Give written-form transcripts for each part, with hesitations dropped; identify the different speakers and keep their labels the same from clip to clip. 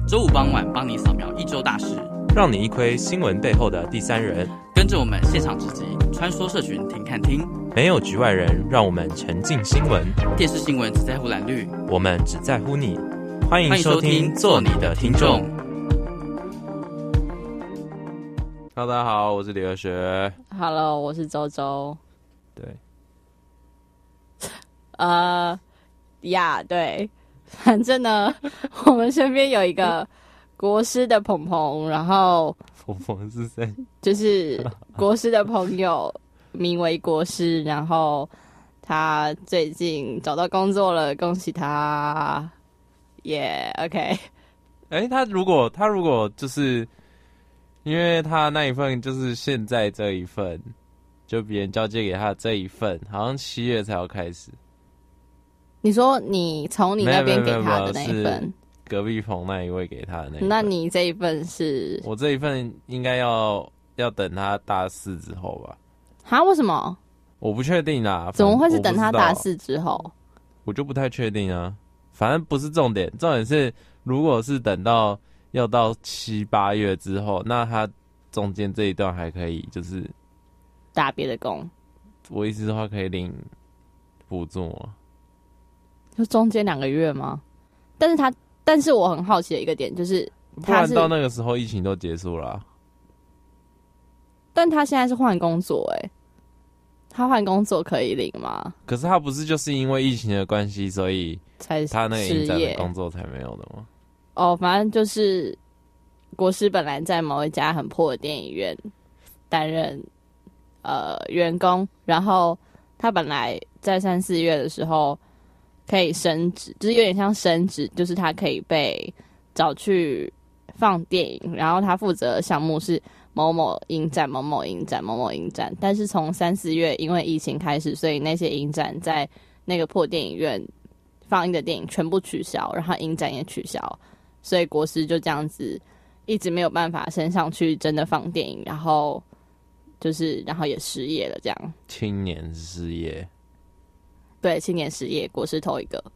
Speaker 1: 周五傍晚帮你扫描一周大事，
Speaker 2: 让你一窥新闻背后的第三人。
Speaker 1: 跟着我们现场直击，穿梭社群听看听，
Speaker 2: 没有局外人，让我们沉浸新闻。
Speaker 1: 电视新闻只在乎蓝绿，
Speaker 2: 我们只在乎你。欢迎收听做你的听众。Hello， 大家好，我是李和学。
Speaker 3: Hello， 我是周周。
Speaker 2: 对，
Speaker 3: 对，反正呢，我们身边有一个国师的鹏鹏，然后
Speaker 2: 鹏鹏是谁？
Speaker 3: 就是国师的朋友，名为国师，然后他最近找到工作了，恭喜他，OK。
Speaker 2: 他如果就是因为他那一份就是现在这一份，就别人交接给他的这一份，好像7月才要开始。
Speaker 3: 你说你从你那边给他的那一份，
Speaker 2: 隔壁棚那一位给他的那一份。
Speaker 3: 那你这一份是？
Speaker 2: 我这一份应该要等他大4之后吧？
Speaker 3: 哈？为什么？
Speaker 2: 我不确定啦。
Speaker 3: 怎么会是等他大4之后？
Speaker 2: 我就不太确定啊。反正不是重点，重点是如果是等到要到7、8月之后，那他中间这一段还可以就是
Speaker 3: 打别的工。
Speaker 2: 我意思的话，可以领补助吗？
Speaker 3: 就中间2个月吗？但是我很好奇的一个点就是，
Speaker 2: 不然到那个时候疫情都结束了啊。
Speaker 3: 但他现在是换工作他换工作可以领吗？
Speaker 2: 可是他不是就是因为疫情的关系，所以他那个影展的工作才没有的吗？
Speaker 3: 哦，反正就是国师本来在某一家很破的电影院担任员工，然后他本来在3、4月的时候可以升职，就是有点像升职，就是他可以被找去放电影，然后他负责的项目是某某影展、某某影展、某某影展。但是从3、4月因为疫情开始，所以那些影展在那个破电影院放映的电影全部取消，然后影展也取消，所以国师就这样子一直没有办法升上去真的放电影，然后也失业了，这样。
Speaker 2: 青年失业。
Speaker 3: 对，青年失业，国师头一个。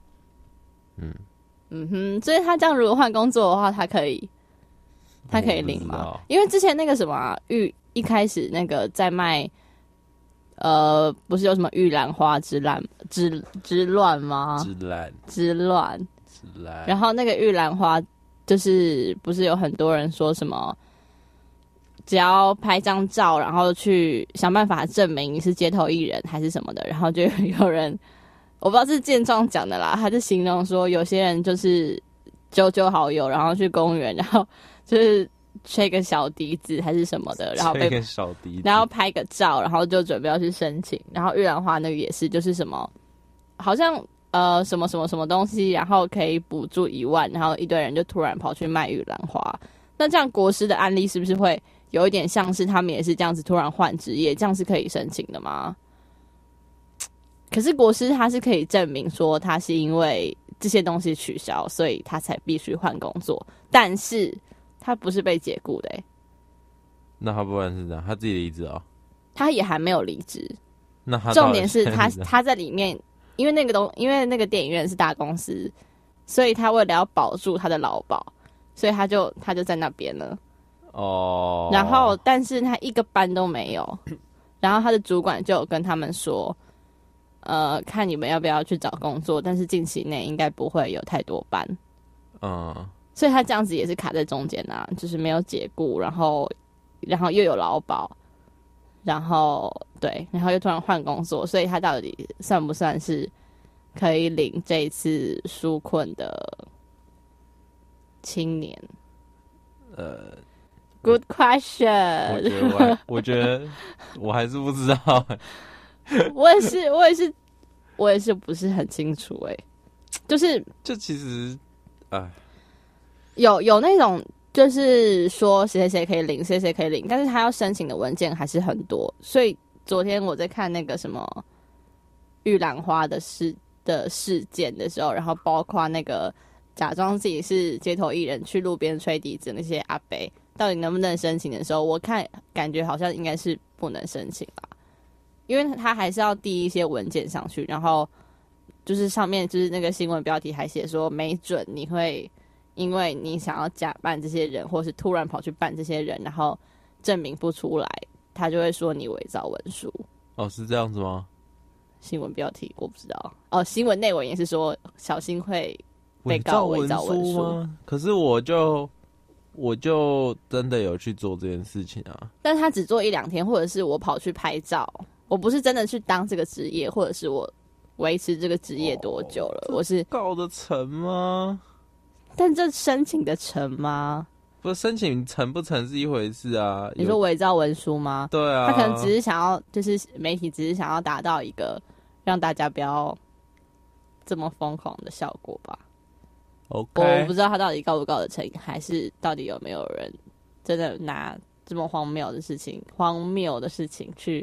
Speaker 3: 所以他这样如果换工作的话，他可以领吗？因为之前那个什么一开始那个在卖，不是有什么玉兰花之乱吗？之乱。然后那个玉兰花就是不是有很多人说什么？只要拍张照，然后去想办法证明你是街头艺人还是什么的，然后就有人，我不知道是健壮讲的啦，他就形容说有些人就是揪好友，然后去公园，然后就是吹个小笛子还是什么的，然后
Speaker 2: 吹个小笛子，
Speaker 3: 然后拍个照，然后就准备要去申请。然后玉兰花那个也是，就是什么好像什么东西，然后可以补助1万，然后一堆人就突然跑去卖玉兰花。那这样国师的案例是不是会有一点像是他们也是这样子突然换职业，这样是可以申请的吗？可是国师他是可以证明说他是因为这些东西取消，所以他才必须换工作，但是他不是被解雇的
Speaker 2: 那他不然是这样，他自己离职哦？
Speaker 3: 他也还没有离职。
Speaker 2: 那他
Speaker 3: 重点是他在里面，因为那个电影院是大公司，所以他为了要保住他的劳保，所以他就在那边了。然后但是他一个班都没有，然后他的主管就有跟他们说，看你们要不要去找工作，但是近期内应该不会有太多班。所以他这样子也是卡在中间啊，就是没有解雇，然后又有劳保，然后又突然换工作，所以他到底算不算是可以领这一次纾困的青年？Good question。
Speaker 2: 我觉得我还是不知道。
Speaker 3: 我也是不是很清楚就
Speaker 2: 其实
Speaker 3: 有那种就是说谁谁可以领，谁谁可以领，但是他要申请的文件还是很多。所以昨天我在看那个什么玉兰花的事件的时候，然后包括那个假装自己是街头艺人去路边吹笛子那些阿伯，到底能不能申请的时候，我感觉好像应该是不能申请啦，因为他还是要递一些文件上去，然后就是上面就是那个新闻标题还写说没准你会因为你想要假扮这些人，或是突然跑去扮这些人，然后证明不出来，他就会说你伪造文书。
Speaker 2: 哦，是这样子吗？
Speaker 3: 新闻标题我不知道哦，新闻内文也是说小心会被告伪造文书
Speaker 2: 吗？可是我就真的有去做这件事情啊。
Speaker 3: 但是他只做1-2天，或者是我跑去拍照，我不是真的去当这个职业，或者是我维持这个职业多久了？我是
Speaker 2: 告得成吗？
Speaker 3: 但这申请的成吗？
Speaker 2: 不是，申请成不成是一回事啊。
Speaker 3: 你说伪造文书吗？
Speaker 2: 对啊，
Speaker 3: 他可能只是想要，就是媒体只是想要达到一个让大家不要这么疯狂的效果吧。
Speaker 2: OK，
Speaker 3: 我不知道他到底告不告得成，还是到底有没有人真的拿这么荒谬的事情去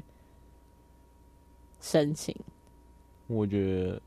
Speaker 3: 申请。
Speaker 2: 我觉得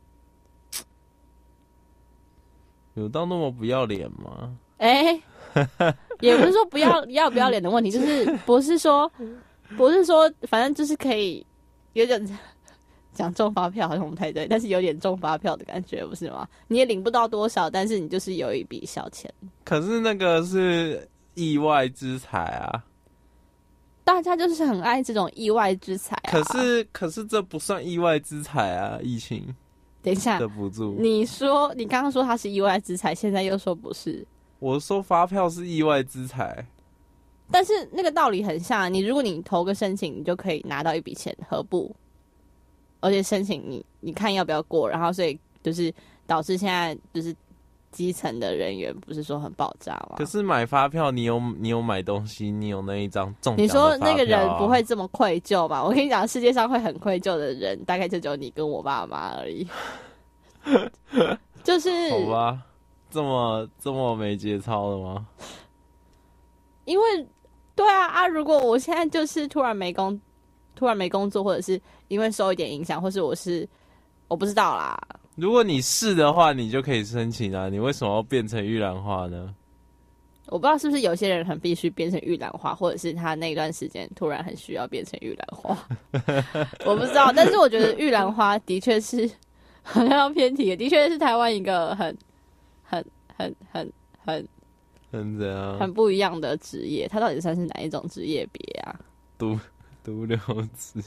Speaker 2: 有到那么不要脸吗？
Speaker 3: 也不是说不要脸的问题，就是不是说，反正就是可以有点讲中发票好像不太对，但是有点中发票的感觉，不是吗？你也领不到多少，但是你就是有一笔小钱。
Speaker 2: 可是那个是意外之财啊，
Speaker 3: 大家就是很爱这种意外之财啊。
Speaker 2: 可是这不算意外之财啊，疫情
Speaker 3: 等一下
Speaker 2: 的补助。
Speaker 3: 你刚刚说它是意外之财，现在又说不是。
Speaker 2: 我说发票是意外之财，
Speaker 3: 但是那个道理很像啊，如果你投个申请，你就可以拿到一笔钱，何不？而且申请你看要不要过，然后所以就是导致现在就是基层的人员不是说很爆炸吗？
Speaker 2: 可是买发票，你有买东西，你有那一张中奖的
Speaker 3: 你说那个
Speaker 2: 发票啊
Speaker 3: 人不会这么愧疚吧？我跟你讲，世界上会很愧疚的人，大概就只有你跟我爸妈而已。就是
Speaker 2: 好吧，这么没节操的吗？
Speaker 3: 因为对啊，如果我现在就是突然没工作，或者是因为受一点影响，或是我不知道啦。
Speaker 2: 如果你是的话，你就可以申请啊。你为什么要变成玉兰花呢？
Speaker 3: 我不知道是不是有些人很必须变成玉兰花，或者是他那段时间突然很需要变成玉兰花，我不知道。但是我觉得玉兰花的确是好像要偏题，的确是台湾一个很
Speaker 2: 怎样？
Speaker 3: 很不一样的职业。它到底算是哪一种职业别啊？
Speaker 2: 毒瘤子。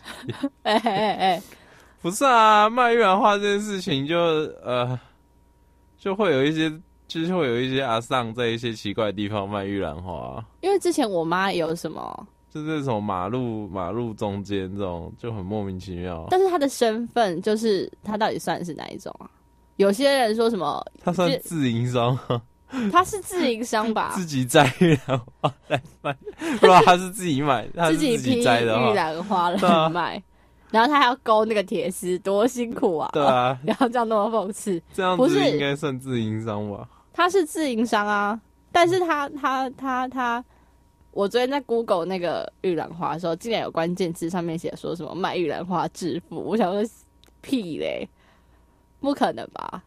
Speaker 2: 不是啊，卖玉兰花这件事情就会有一些，就是会有一些阿桑在一些奇怪的地方卖玉兰花。
Speaker 3: 因为之前我妈有什么，
Speaker 2: 就是这种马路中间这种就很莫名其妙。
Speaker 3: 但是她的身份就是她到底算是哪一种啊？有些人说什么，
Speaker 2: 他算自营商吗？
Speaker 3: 他是自营商吧？
Speaker 2: 自己摘玉兰花来卖，不知道他是自己买，他是
Speaker 3: 自己批
Speaker 2: 摘的
Speaker 3: 玉兰花来卖，然后他还要勾那个铁丝，多辛苦啊！
Speaker 2: 对啊，
Speaker 3: 不要这样那么讽刺。
Speaker 2: 这样子应该算自营商吧？
Speaker 3: 他是自营商啊，但是他，我昨天在 Google 那个玉兰花的时候，竟然有关键字上面写说什么卖玉兰花致富，我想说屁嘞，不可能吧？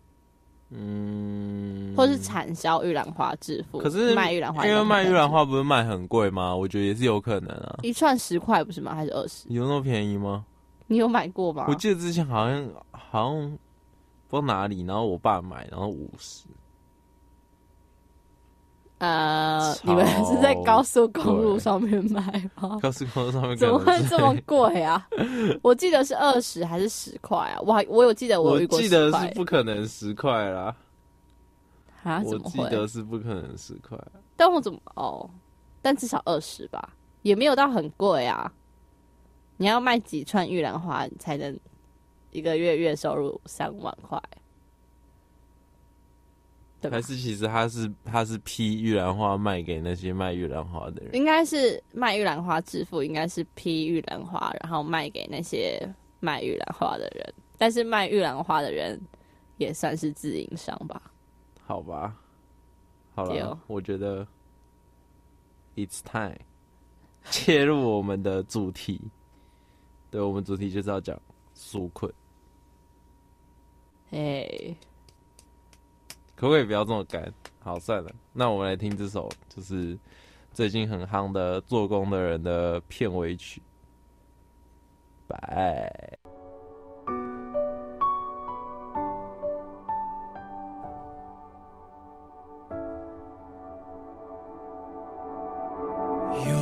Speaker 3: 或是产销玉兰花致富，
Speaker 2: 可是
Speaker 3: 卖玉兰花，
Speaker 2: 因为卖玉兰花不是卖很贵吗？我觉得也是有可能啊。
Speaker 3: 一串10块不是吗？还是20？
Speaker 2: 有那么便宜吗？
Speaker 3: 你有买过吗？
Speaker 2: 我记得之前好像不知道哪里，然后我爸买，然后50。
Speaker 3: 你们是在高速公路上面买吗？
Speaker 2: 高速公路上面
Speaker 3: 怎么会这么贵啊？我记得是20还是10块啊？我有记得我有遇过10块。
Speaker 2: 我记得是不可能10块啦。
Speaker 3: 啊？怎么会？
Speaker 2: 我记得是不可能10块。
Speaker 3: 但我怎么但至少20吧，也没有到很贵啊。你要卖几串玉兰花，你才能一个月收入3万块？
Speaker 2: 还是其实他是批玉兰花卖给那些卖玉兰花的人？
Speaker 3: 应该是卖玉兰花致富，应该是批玉兰花，然后卖给那些卖玉兰花的人。但是卖玉兰花的人也算是自营商吧？
Speaker 2: 好吧，好了，我觉得 it's time 切入我们的主题。对，我们主题就是要讲纾困。可不可以不要这么干？好，算了，那我们来听这首就是最近很夯的《做工的人》的片尾曲。拜。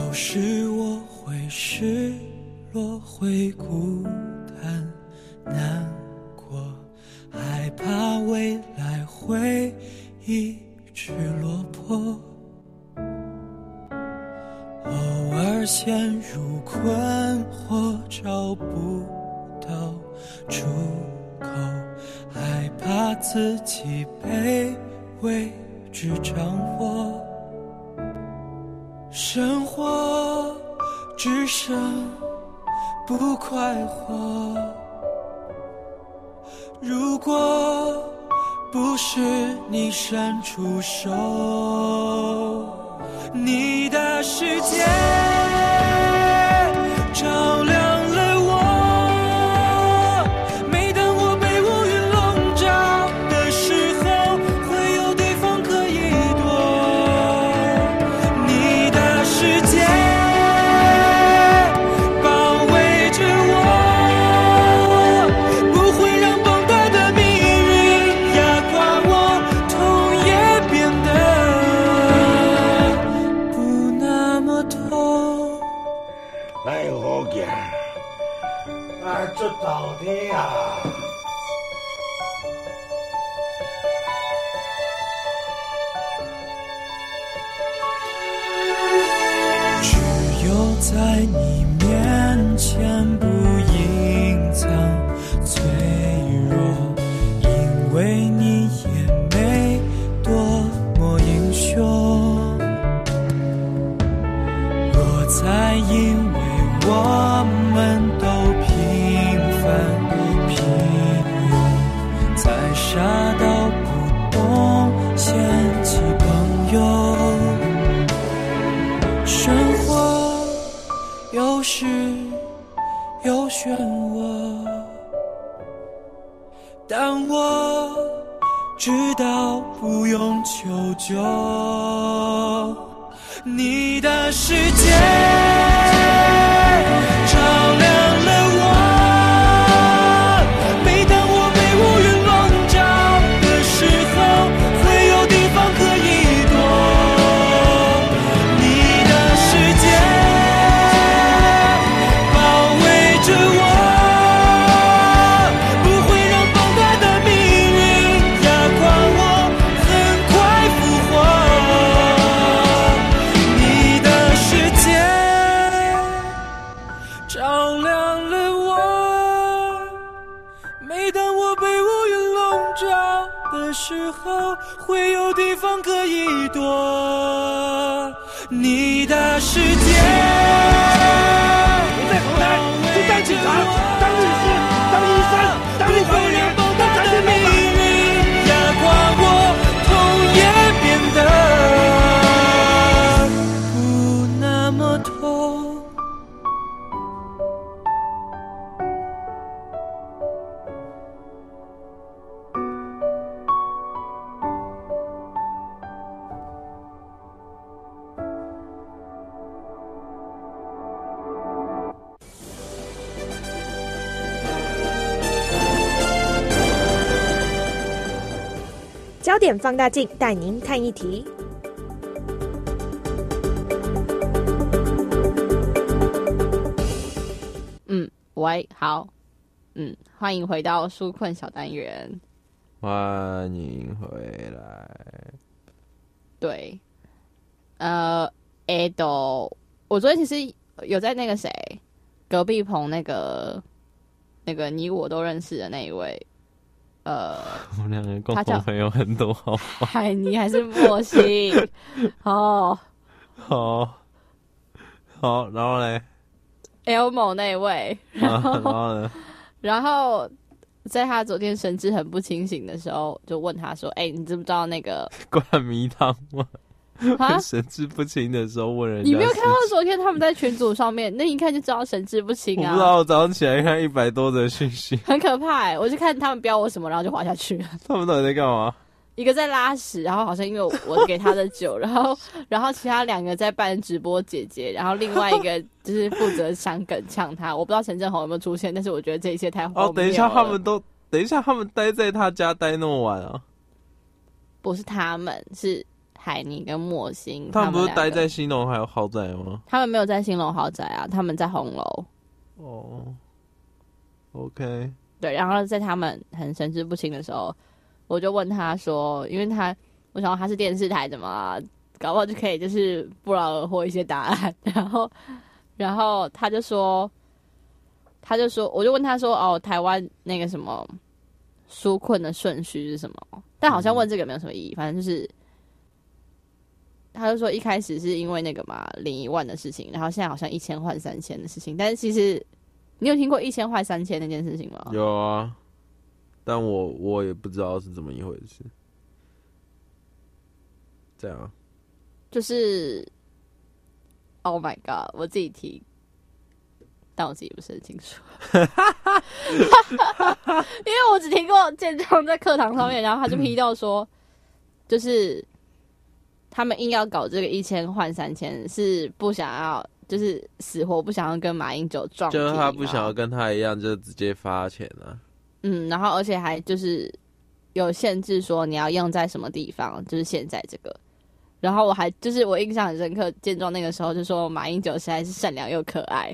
Speaker 4: 有时我会失落，会孤单难过，害怕未来会一直落魄，偶尔陷入困惑，找不到出口，害怕自己被未知掌握，生活只剩不快活，如果不是你伸出手，你的世界照亮了我，每当我被乌云笼罩的时候，会有地方可以躲，你的世界包围着我，不会让崩塌的命运压垮我，痛也变得不那么痛。
Speaker 5: 咱好行，出头天啊！
Speaker 4: 只有在你面前不隐藏脆弱，因为你也没多么英雄。若再因为我们都平凡平庸，再傻到不懂嫌弃朋友，生活有时有漩涡，但我知道不用求救，你的世界照亮了我，每当我被乌云笼罩的时候，会有地方可以躲，你的世界包围着我，不会让崩塌的命运压垮我，很快复活，你的世界照亮了我，每当我被乌云笼罩的时候，会有地方可以躲，你的世界
Speaker 5: 我在河南就当警察、当律师、当医生、当立法委员、当餐厅老板。
Speaker 4: 命运压垮我，痛也变得不那么痛。
Speaker 6: 焦点放大镜带您看一题。
Speaker 3: 喂，好，欢迎回到纾困小单元。
Speaker 2: 欢迎回来。
Speaker 3: 对，我昨天其实有在那个谁隔壁棚那个你我都认识的那一位，
Speaker 2: 我们两个共同朋友很多，好吗？
Speaker 3: 嗨，你还是莫西哦，
Speaker 2: 好，然后嘞
Speaker 3: ，Elmo 那一位，
Speaker 2: 然后呢？
Speaker 3: 然后在他昨天神志很不清醒的时候，就问他说：“你知不知道那个
Speaker 2: 灌迷汤吗？”
Speaker 3: 啊，
Speaker 2: 神志不清的时候问人家，
Speaker 3: 你没有看到昨天他们在群组上面，那一看就知道神志不清啊！
Speaker 2: 我不知道，我早上起来看100多则讯息，
Speaker 3: 很可怕我就看他们标我什么，然后就滑下去了。
Speaker 2: 他们到底在干嘛？
Speaker 3: 一个在拉屎，然后好像因为我给他的酒，然后其他2个在扮直播姐姐，然后另外一个就是负责想梗呛他。我不知道陈正宏有没有出现，但是我觉得这一切太荒谬了。
Speaker 2: 等一下他们待在他家待那么晚啊？
Speaker 3: 不是他们，是海宁跟莫欣，
Speaker 2: 他们不是待在兴隆还有豪宅吗？
Speaker 3: 他们没有在兴隆豪宅啊，他们在红楼。
Speaker 2: 哦 ，OK。
Speaker 3: 对，然后在他们很神志不清的时候，我就问他说，因为我想到他是电视台的嘛，搞不好就可以就是不劳而获一些答案。然后他就说，我就问他说，哦，台湾那个什么纾困的顺序是什么？但好像问这个没有什么意义，反正就是，他就说一开始是因为那个嘛领1万的事情，然后现在好像1000换3000的事情，但是其实。你有听过1000换3000那件事情吗？
Speaker 2: 有啊，但我也不知道是怎么一回事。这样，
Speaker 3: 就是 ，Oh my God， 我自己提，但我自己不是很清楚，因为我只听过建中在课堂上面，然后他就批到说，就是他们硬要搞这个1000换3000，是不想要。就是死活不想要跟马英九撞，
Speaker 2: 就是他不想要跟他一样，就直接发钱啊。
Speaker 3: 然后而且还就是有限制说你要用在什么地方，就是现在这个。然后我还就是我印象很深刻，建中那个时候就说马英九实在是善良又可爱，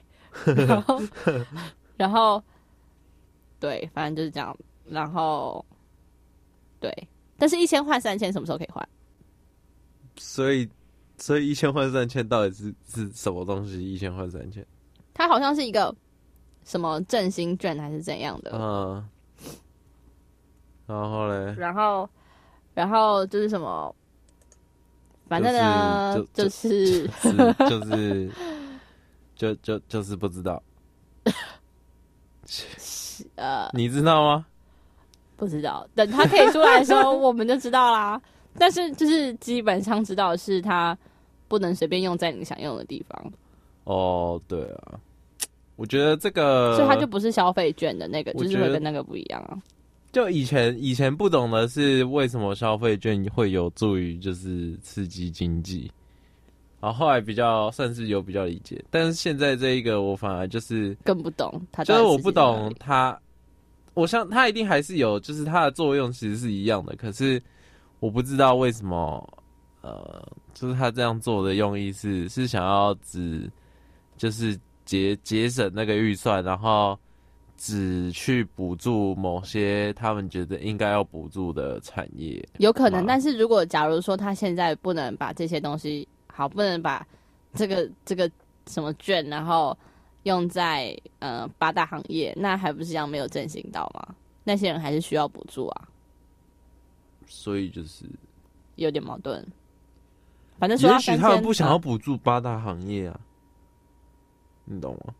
Speaker 3: 然后对，反正就是这样。然后对，但是1000换3000什么时候可以换？
Speaker 2: 所以1000换3000到底是什么东西？1000换3000，
Speaker 3: 它好像是一个什么振兴券还是怎样的？
Speaker 2: 然后嘞？
Speaker 3: 然后就是什么？反正呢，就是
Speaker 2: 不知道。你知道吗？
Speaker 3: 不知道，等他可以出来的时候，我们就知道啦。但是就是基本上知道的是，它不能随便用在你想用的地方。
Speaker 2: 哦，对啊，我觉得这个，
Speaker 3: 所以它就不是消费券的那个，就是会跟那个不一样啊。
Speaker 2: 就以前不懂的是为什么消费券会有助于就是刺激经济，然后后来算是有比较理解，但是现在这一个我反而就是
Speaker 3: 更不懂它，
Speaker 2: 就是我不懂它，我想它一定还是有，就是它的作用其实是一样的，可是我不知道为什么，就是他这样做的用意是想要就是节省那个预算，然后只去补助某些他们觉得应该要补助的产业，
Speaker 3: 有可能。但是如果假如说他现在不能把这些东西不能把这个什么券，然后用在8大行业，那还不是一样没有振兴到吗？那些人还是需要补助啊。
Speaker 2: 所以就是
Speaker 3: 有点矛盾。反正说到
Speaker 2: 也许他们不想要补助8大行业啊，你懂吗？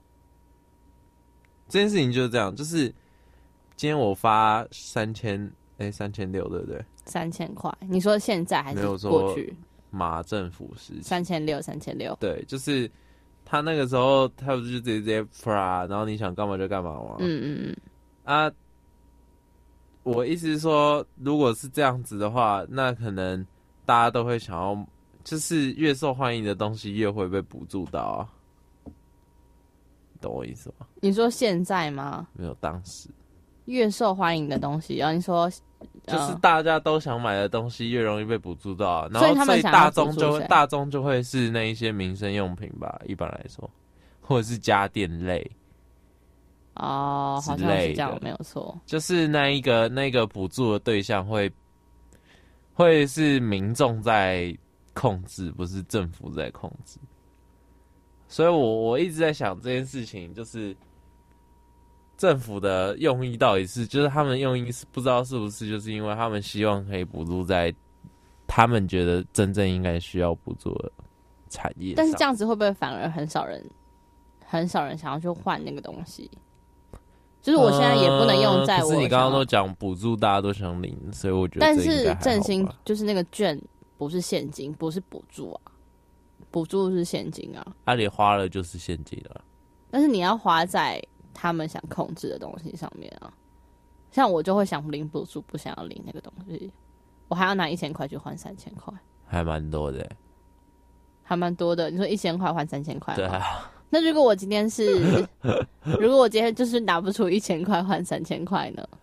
Speaker 2: 这件事情就是这样，就是今天我发3600，对不对？3000块，你说现在还是过去？ 马政府时期
Speaker 3: 3600，
Speaker 2: 对，就是他那个时候他不是就直接发，然后你想干嘛就干嘛吗？啊。我意思是说，如果是这样子的话，那可能大家都会想要，就是越受欢迎的东西越会被补助到啊，懂我意思吗？
Speaker 3: 你说现在吗？
Speaker 2: 没有，当时
Speaker 3: 越受欢迎的东西，然后你说
Speaker 2: 就是大家都想买的东西越容易被补助到啊，然后所以大众就会是那一些民生用品吧，一般来说，或者是家电类。
Speaker 3: 好像是这样，没有错。
Speaker 2: 就是那个补助的对象会是民众在控制，不是政府在控制。所以我一直在想这件事情，就是政府的用意到底是，就是他们的用意是不知道是不是就是因为他们希望可以补助在他们觉得真正应该需要补助的产业上。
Speaker 3: 但是这样子会不会反而很少人想要去换那个东西？就是我现在也不能用在我。
Speaker 2: 可是你刚刚都讲补助，大家都想领，所以我觉得
Speaker 3: 但是振兴就是那个券不是现金，不是补助啊，补助是现金啊。
Speaker 2: 你花了就是现金了。
Speaker 3: 但是你要花在他们想控制的东西上面啊。像我就会想领补助，不想要领那个东西，我还要拿1000块去换3000块，
Speaker 2: 还蛮多的。
Speaker 3: 还蛮多的。你说1000块换3000块，
Speaker 2: 对啊。
Speaker 3: 那如果我今天就是拿不出1000块换3000块呢？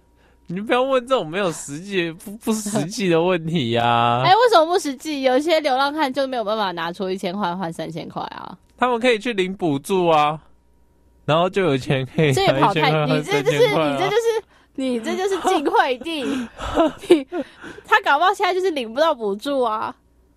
Speaker 2: 你不要问这种没有实际不实际的问题呀。
Speaker 3: 为什么不实际？有一些流浪汉就没有办法拿出1000块换3000块啊。
Speaker 2: 他们可以去领补助啊，然后就有钱可以拿1000块换3000块。
Speaker 3: 你这就是晋惠帝，他搞不好现在就是领不到补助啊。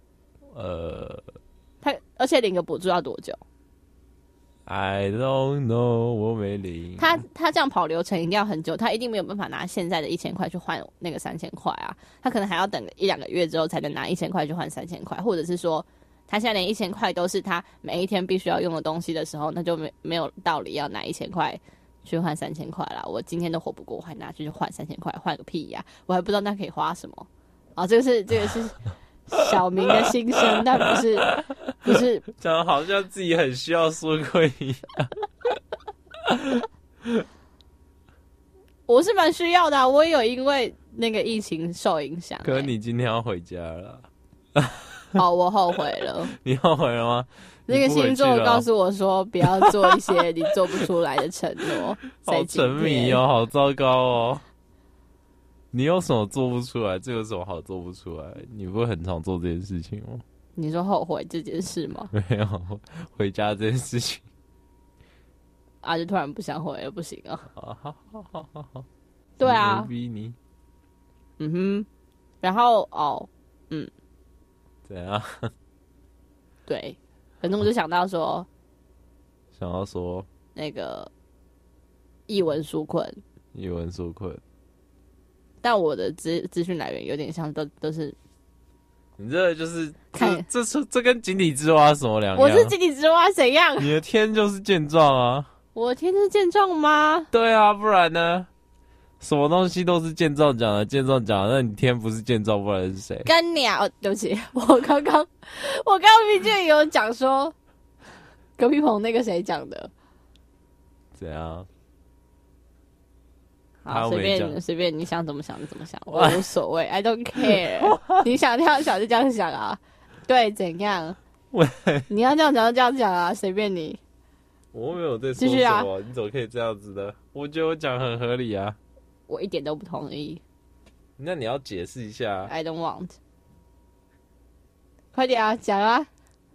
Speaker 3: 而且领个补助要多久
Speaker 2: ？I don't know， 我没领。
Speaker 3: 他这样跑流程一定要很久，他一定没有办法拿现在的1000块去换那个3000块啊。他可能还要等1-2个月之后才能拿1000块去换3000块，或者是说他现在连1000块都是他每一天必须要用的东西的时候，那就没有道理要拿1000块去换3000块啦。我今天都活不过，我还拿去换3000块，换个屁呀！我还不知道那可以花什么。这个是小民的心声，但不是
Speaker 2: 讲得好像自己很需要纾困一样。
Speaker 3: 我是蛮需要的啊，我也有因为那个疫情受影响。
Speaker 2: 可是你今天要回家了。
Speaker 3: 我后悔了。
Speaker 2: 你后悔了吗？
Speaker 3: 那个星座告诉我说，不要做一些你做不出来的承诺。
Speaker 2: 好沉迷哦，好糟糕哦。你有什么做不出来？这有什么好做不出来？你不会很常做这件事情吗？
Speaker 3: 你说后悔这件事吗？
Speaker 2: 没有，回家这件事情。
Speaker 3: 就突然不想回了，不行啊。
Speaker 2: 好。
Speaker 3: 对啊。
Speaker 2: 逼你。
Speaker 3: 然后
Speaker 2: 怎样？
Speaker 3: 对，反正我就想到说那个译文纾困。但我的资讯来源有点像都是，
Speaker 2: 你这就是这跟井底之蛙什么两样？
Speaker 3: 我是井底之蛙怎样？
Speaker 2: 你的天就是健壮啊！
Speaker 3: 我的天是健壮吗？
Speaker 2: 对啊，不然呢？什么东西都是健壮讲的，那你天不是健壮，不然是谁？
Speaker 3: 干鸟！对不起，我刚刚明确有讲说，隔壁棚那个谁讲的？
Speaker 2: 怎样？
Speaker 3: 好，随便，你想怎么想就怎么想，我无所谓 ，I don't care 。你想这样想就这样想啊，对，怎样？你要这样讲就这样讲啊，随便你。
Speaker 2: 我没有在说什么，你怎么可以这样子的？我觉得我讲很合理啊。
Speaker 3: 我一点都不同意。
Speaker 2: 那你要解释一下。
Speaker 3: I don't want。快点啊，讲啊！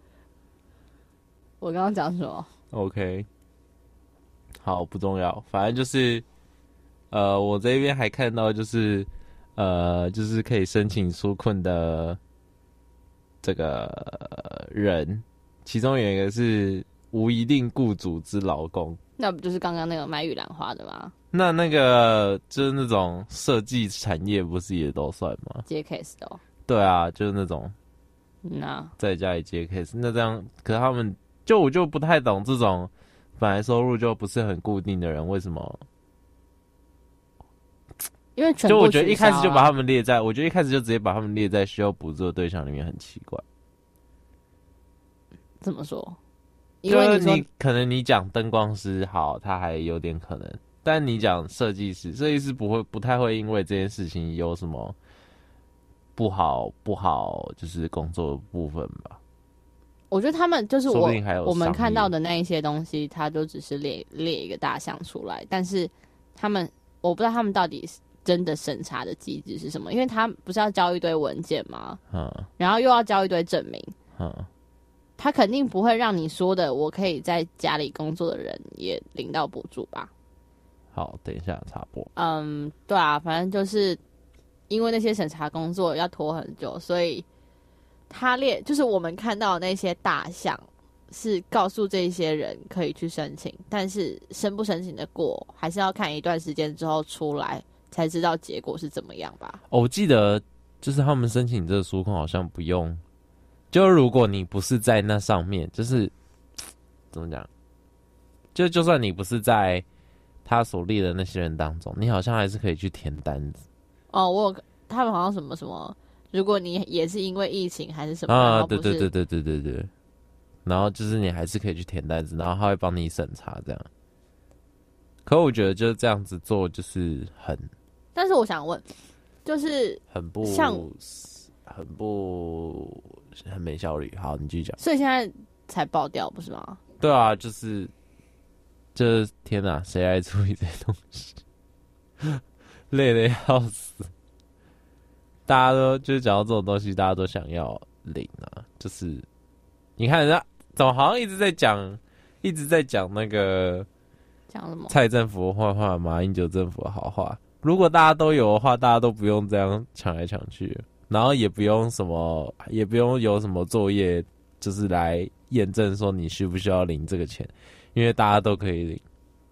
Speaker 3: 我刚刚讲什么
Speaker 2: ？OK， 好，不重要，反正就是。我这边还看到就是可以申请纾困的这个人，其中有一个是无一定雇主之劳工，
Speaker 3: 那不就是刚刚那个卖玉兰花的吗？
Speaker 2: 那个就是那种设计产业不是也都算吗？
Speaker 3: 接 case 的。对
Speaker 2: 啊，就是那种在家里接 case， 那这样可是他们我就不太懂这种本来收入就不是很固定的人为什么。
Speaker 3: 因为
Speaker 2: 就我觉得一开始就把他们列在，我觉得一开始就直接把他们列在需要补助的对象里面，很奇怪。
Speaker 3: 怎么说？
Speaker 2: 因为你可能你讲灯光师好，他还有点可能，但你讲设计师不太会因为这件事情有什么不好，就是工作的部分吧。
Speaker 3: 我觉得他们就是我们看到的那一些东西，他都只是列一个大项出来，但是我不知道他们到底真的审查的机制是什么，因为他不是要交一堆文件吗？然后又要交一堆证明，他肯定不会让你说的我可以在家里工作的人也领到补助吧。
Speaker 2: 好，等一下插播。
Speaker 3: 对啊，反正就是因为那些审查工作要拖很久，所以他就是我们看到的那些大项是告诉这一些人可以去申请，但是申不申请的过还是要看一段时间之后出来才知道结果是怎么样吧。
Speaker 2: 我记得就是他们申请这个纾困好像不用，就如果你不是在那上面，就是怎么讲，就算你不是在他所列的那些人当中，你好像还是可以去填单子。
Speaker 3: 他们好像什么，如果你也是因为疫情还是什么
Speaker 2: 对，然后就是你还是可以去填单子，然后他会帮你审查这样。可我觉得就是这样子做就是很，
Speaker 3: 但是我想问，就是
Speaker 2: 很没效率。好，你继续讲。
Speaker 3: 所以现在才爆掉不是吗？
Speaker 2: 对啊，就是天哪，谁来处理这些东西？ 累得要死。大家都就是讲到这种东西，大家都想要领啊。就是你看人家怎么好像一直在讲那个
Speaker 3: 讲什么？
Speaker 2: 蔡政府的坏话，马英九政府的好话。如果大家都有的话，大家都不用这样抢来抢去，然后也不用有什么作业，就是来验证说你需不需要领这个钱，因为大家都可以领。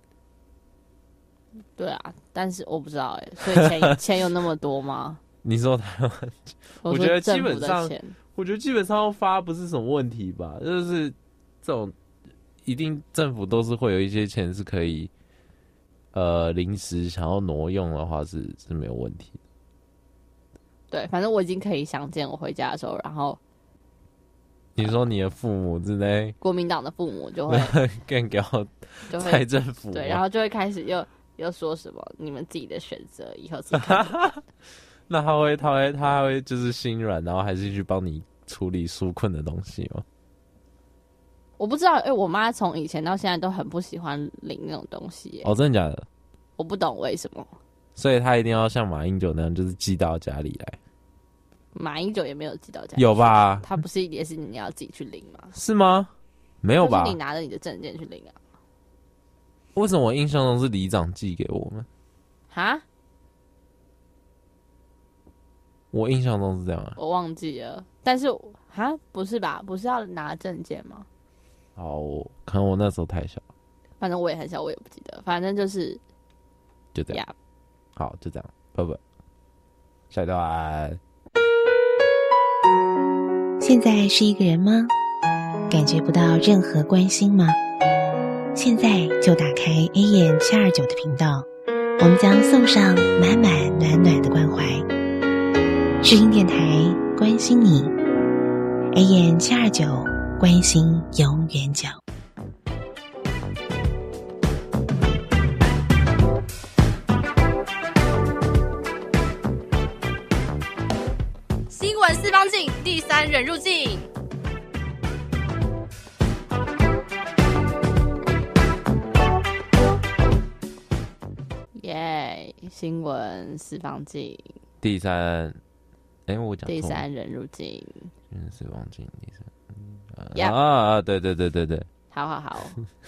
Speaker 3: 对啊，但是我不知道所以钱有那么多吗？
Speaker 2: 你说台湾，我觉得基本上，要发不是什么问题吧，就是这种一定政府都是会有一些钱是可以，临时想要挪用的话是没有问题的。
Speaker 3: 对，反正我已经可以想见我回家的时候，然后
Speaker 2: 你说你的父母之类，
Speaker 3: 国民党的父母就会
Speaker 2: 更给蔡政府，
Speaker 3: 对，然后就会开始又说什么你们自己的选择，以后自己看
Speaker 2: 那他会就是心软，然后还是去帮你处理纾困的东西吗？
Speaker 3: 我不知道，我妈从以前到现在都很不喜欢领那种东西。
Speaker 2: 哦，真的假的？
Speaker 3: 我不懂为什么。
Speaker 2: 所以他一定要像马英九那样，就是寄到家里来。
Speaker 3: 马英九也没有寄到家里，
Speaker 2: 有吧？
Speaker 3: 他不是也是你要自己去领吗？
Speaker 2: 是吗？没有吧？
Speaker 3: 就是你拿着你的证件去领啊。
Speaker 2: 为什么我印象中是里长寄给我们？
Speaker 3: 哈？
Speaker 2: 我印象中是这样啊，
Speaker 3: 我忘记了。但是不是吧？不是要拿证件吗？
Speaker 2: 好，可能我那时候太小，
Speaker 3: 反正我也很小，我也不记得。反正就是
Speaker 2: 就这样。好，就这样，拜拜。下一段。
Speaker 7: 现在是一个人吗？感觉不到任何关心吗？现在就打开 AM729 的频道，我们将送上满满暖暖的关怀。世新电台关心你 ，AM729 关心永远久。
Speaker 8: 新闻四方镜，第三人入境。
Speaker 3: 耶！新闻四方镜，
Speaker 2: 第三，我讲
Speaker 3: 第三人入境，
Speaker 2: 四方镜第三，对，
Speaker 3: 好，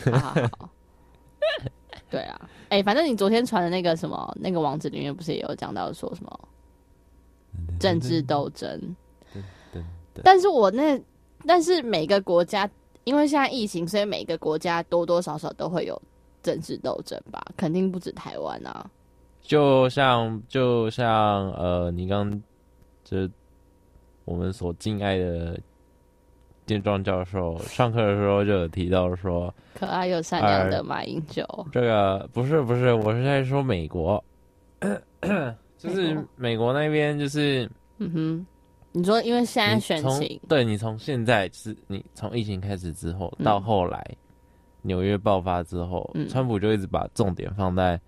Speaker 3: 对啊，反正你昨天传的那个什么那个网址里面不是也有讲到说什么政治斗争？但是每个国家因为现在疫情，所以每个国家多多少少都会有政治斗争吧，肯定不止台湾啊。
Speaker 2: 就像你刚就是我们所敬爱的健壮教授上课的时候就有提到说，
Speaker 3: 可爱又善良的马英九。
Speaker 2: 这个不是，我是在说美国，就是美国那边就是
Speaker 3: 你说因为现在选情，
Speaker 2: 对，你从现在就是你从疫情开始之后到后来纽约爆发之后，川普就一直把重点放在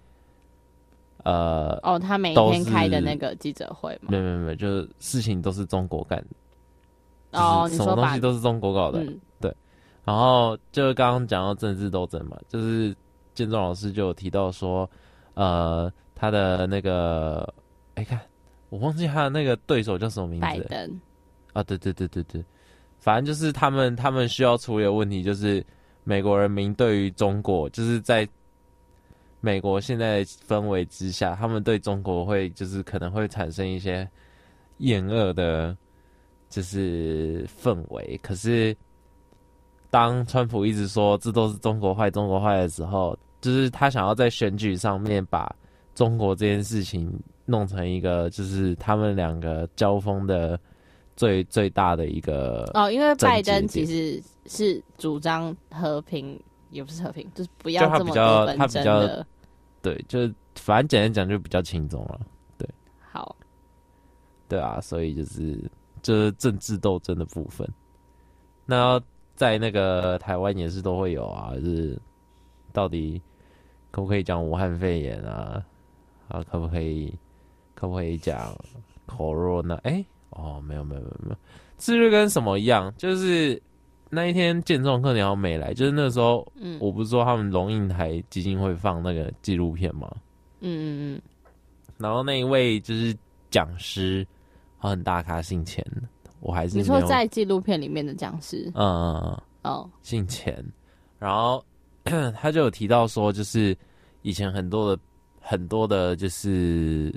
Speaker 3: 他每一天开的那个记者会嘛，
Speaker 2: 没有，就是事情都是中国干的，
Speaker 3: 你
Speaker 2: 什么东西都是中国搞的，对。然后就刚刚讲到政治斗争嘛，就是建中老师就有提到说，他的那个，看我忘记他的那个对手叫什么名字，
Speaker 3: 拜登
Speaker 2: 啊，对，反正就是他们需要处理的问题，就是美国人民对于中国，就是在美国现在的氛围之下，他们对中国会就是可能会产生一些厌恶的，就是氛围。可是当川普一直说这都是中国坏的时候，就是他想要在选举上面把中国这件事情弄成一个就是他们两个交锋的最大的一个
Speaker 3: 因为拜登其实是主张和平，也不是和平，就是不要这么多纷争的。
Speaker 2: 对，就是反正简单讲就比较轻松了。对，
Speaker 3: 好，
Speaker 2: 对啊，所以就是政治斗争的部分。那在那个台湾也是都会有啊，就是到底可不可以讲武汉肺炎啊？可不可以讲 corona？ 没有，这就跟什么一样，就是那一天建中课你好像没来，就是那时候，我不是说他们龙应台基金会放那个纪录片吗？ 然后那一位就是讲师，他很大咖，姓钱，我还是
Speaker 3: 你说在纪录片里面的讲师，姓钱，然后他就有提到说，就是以前很多的，就是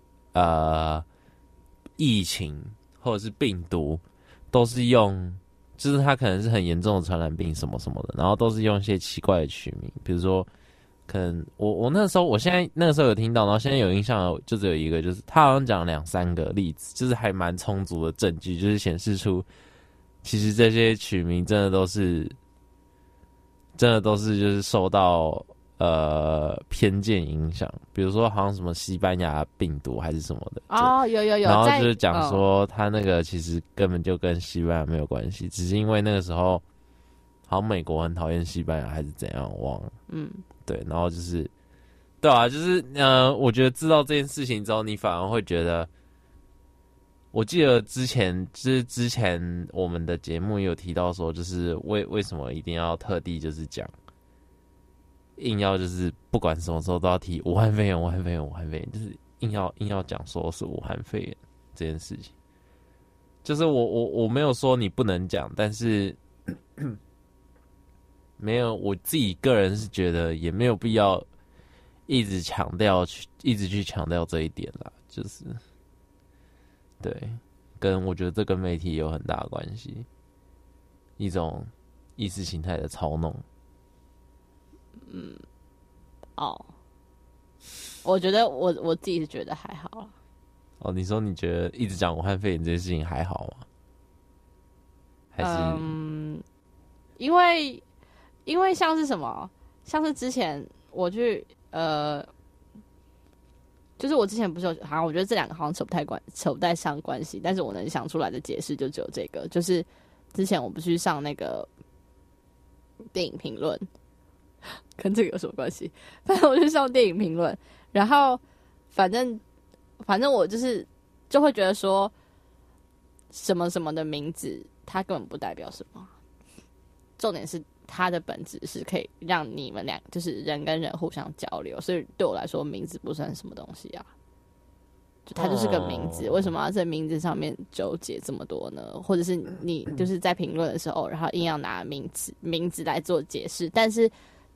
Speaker 3: 疫情或者是病毒，都是用，就是它可能是很严重的传染病什么什么的，然后都是用一些奇怪的取名，比如说。可能我那时候，我现在那个时候有听到，然后现在有印象的就只有一个，就是他好像讲2-3个例子，就是还蛮充足的证据，就是显示出其实这些取名真的都是就是受到偏见影响，比如说好像什么西班牙病毒还是什么的有，
Speaker 2: 然后就是讲说他那个其实根本就跟西班牙没有关系，只是因为那个时候好像美国很讨厌西班牙还是怎样，我忘了，对，然后就是，对啊，就是我觉得知道这件事情之后，你反而会觉得，我记得之前我们的节目有提到说，就是为什么一定要特地就是讲，硬要就是不管什么时候都要提武汉肺炎，就是硬要讲说是武汉肺炎这件事情，就是我没有说你不能讲，但是。没有，我自己个人是觉得也没有必要一直去强调这一点啦，就是对，我觉得这跟媒体有很大的关系，一种意识形态的操弄。
Speaker 3: 我觉得我自己是觉得还好啦。
Speaker 2: 你说你觉得一直讲武汉肺炎这件事情还好吗？还是
Speaker 3: 因为像是什么，像是之前我去就是我之前不是有好像我觉得这两个好像扯不太上关系，但是我能想出来的解释就只有这个，就是之前我不是去上那个电影评论，跟这个有什么关系？反正我去上电影评论，然后反正我就会觉得说什么什么的名字，它根本不代表什么，重点是。它的本质是可以让你们俩就是人跟人互相交流，所以对我来说名字不算什么东西啊，就它就是个名字，为什么要在名字上面纠结这么多呢？或者是你就是在评论的时候，然后硬要拿名字来做解释，但是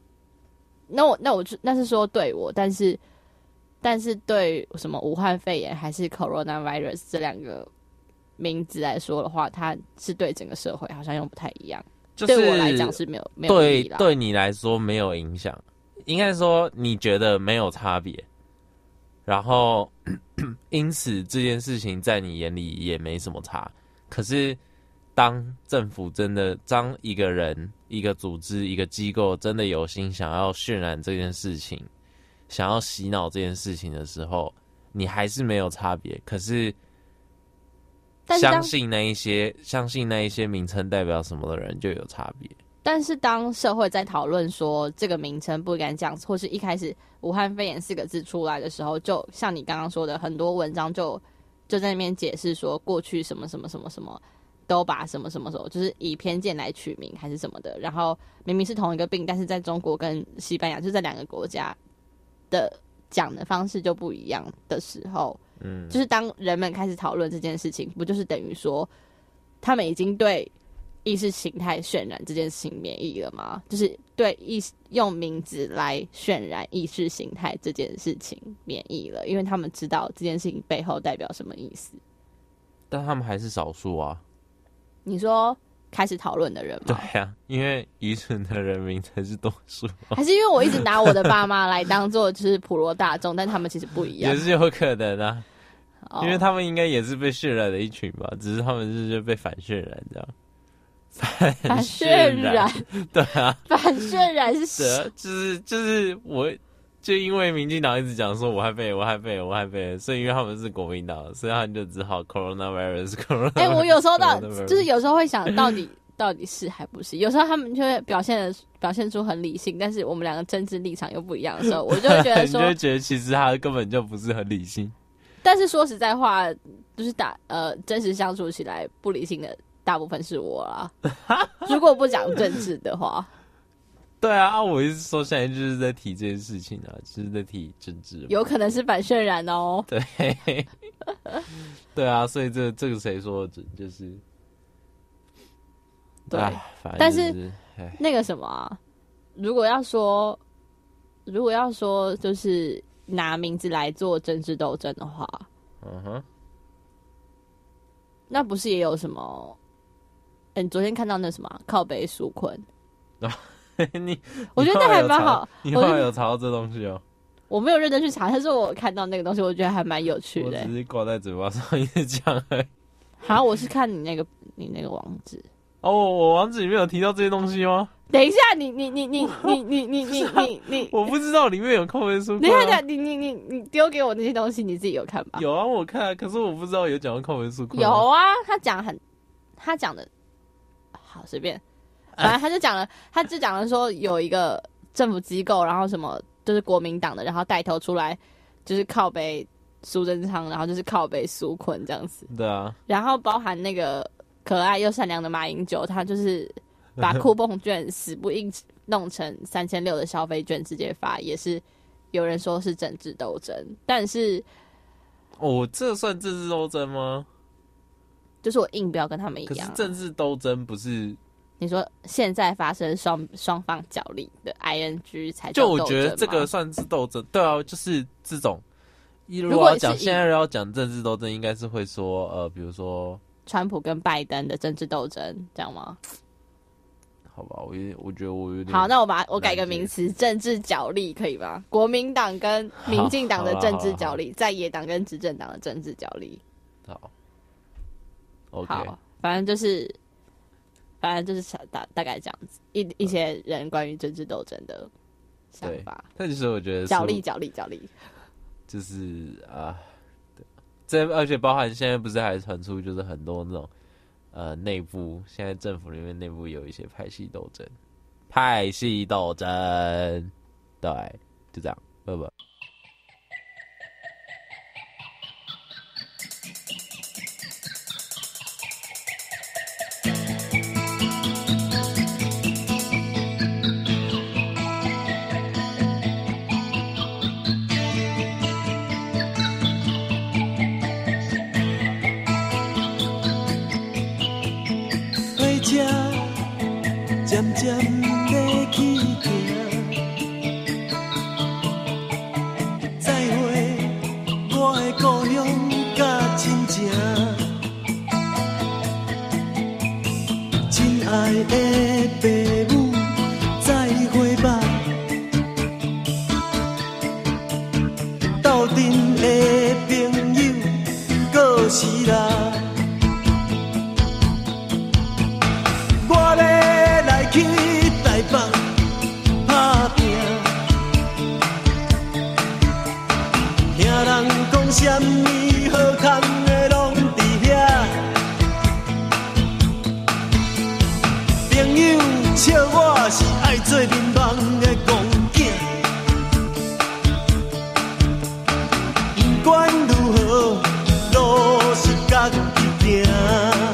Speaker 3: 那是说对我，但是对什么武汉肺炎还是 coronavirus 这两个名字来说的话，它是对整个社会好像又不太一样。
Speaker 2: 就是
Speaker 3: 对我来讲是没有意义啦，
Speaker 2: 对你来说没有影响，应该说你觉得没有差别，然后因此这件事情在你眼里也没什么差。可是当政府当一个人、一个组织、一个机构真的有心想要渲染这件事情，想要洗脑这件事情的时候，你还是没有差别。可是相信那一些名称代表什么的人就有差别。
Speaker 3: 但是当社会在讨论说这个名称不敢讲，或是一开始武汉肺炎4个字出来的时候，就像你刚刚说的，很多文章就在那边解释说过去什么什么什么什么都把什么什么什么就是以偏见来取名还是什么的，然后明明是同一个病，但是在中国跟西班牙就这两个国家的讲的方式就不一样的时候，就是当人们开始讨论这件事情，不就是等于说他们已经对意识形态渲染这件事情免疫了吗？就是对用名字来渲染意识形态这件事情免疫了，因为他们知道这件事情背后代表什么意思。
Speaker 2: 但他们还是少数啊。
Speaker 3: 你说开始讨论的人吗？
Speaker 2: 对啊，因为愚蠢的人民才是多数，
Speaker 3: 还是因为我一直拿我的爸妈来当做就是普罗大众，但他们其实不一样，
Speaker 2: 也是有可能啊。因为他们应该也是被渲染的一群吧，只是他们是被反渲染这样。反渲染，对啊，
Speaker 3: 反渲染是谁？
Speaker 2: 就是我，就因为民进党一直讲说武汉肺炎，所以因为他们是国民党，所以他们就只好 coronavirus。
Speaker 3: 我有时候就是有时候会想到底是还不是？有时候他们就会表现出很理性，但是我们两个政治立场又不一样的时候，我就会觉得说，
Speaker 2: 你就会觉得其实他根本就不是很理性。
Speaker 3: 但是说实在话，就是真实相处起来不理性的大部分是我啦。如果不讲政治的话，
Speaker 2: 对啊，我一直说现在就是在提这件事情啊，就是在提政治，
Speaker 3: 有可能是反渲染哦。
Speaker 2: 对，对啊，所以这个谁说的准就是
Speaker 3: 对，
Speaker 2: 反正
Speaker 3: 但是那个什么啊，如果要说就是拿名字来做政治斗争的话，那不是也有什么？你昨天看到那什么靠北纾困？我觉得那还蛮好。
Speaker 2: 你后来有查到这东西哦？
Speaker 3: 我没有认真去查，但是我看到那个东西，我觉得还蛮有趣的。
Speaker 2: 我只是挂在嘴巴上一直讲而已。
Speaker 3: 好，我是看你那个网址。
Speaker 2: 哦，我网址里面有提到这些东西吗？
Speaker 3: 等一下，你，
Speaker 2: 我不知道里面有靠北纾困。
Speaker 3: 等一下，你丢给我那些东西，你自己有看吧？
Speaker 2: 有啊，我看，可是我不知道有讲到靠北纾困。
Speaker 3: 有啊，他讲的，好随便，反正他就讲了说有一个政府机构，然后什么就是国民党的，然后带头出来就是靠北苏贞昌，然后就是靠北纾困这样子。
Speaker 2: 对啊，
Speaker 3: 然后包含那个可爱又善良的马英九，他就是把酷蹦券死不硬弄成3600的消费券直接发，也是有人说是政治斗争，但是
Speaker 2: 这算政治斗争吗？
Speaker 3: 就是我硬不要跟他们一样。
Speaker 2: 可是政治斗争不是？
Speaker 3: 你说现在发生双方角力的 ing 才叫斗争吗？
Speaker 2: 就我觉得这个算是斗争，对啊，就是这种。如果现在要讲政治斗争，应该是会说比如说
Speaker 3: 川普跟拜登的政治斗争，这样吗？
Speaker 2: 好吧，我觉得我有点
Speaker 3: 好，那我改个名词，政治角力可以吗？国民党跟民进党的政治角力，在野党跟执政党的政治角力。
Speaker 2: 好 ，OK，
Speaker 3: 好，反正就是大概这样子，一些人关于政治斗争的想法。
Speaker 2: 但其实我觉得
Speaker 3: 角力，
Speaker 2: 就是这而且包含现在不是还传出就是很多那种内部现在政府里面内部有一些派系斗争，对，就这样，拜拜。
Speaker 4: 渐渐要起行，再会我的故乡甲亲情，亲爱的父母，再会吧，斗阵的朋友，搁是啦。去台北打拼，听人讲什么好康的拢伫遐，朋友笑我是爱做面梦的戆囝，不管如何，路是家己行。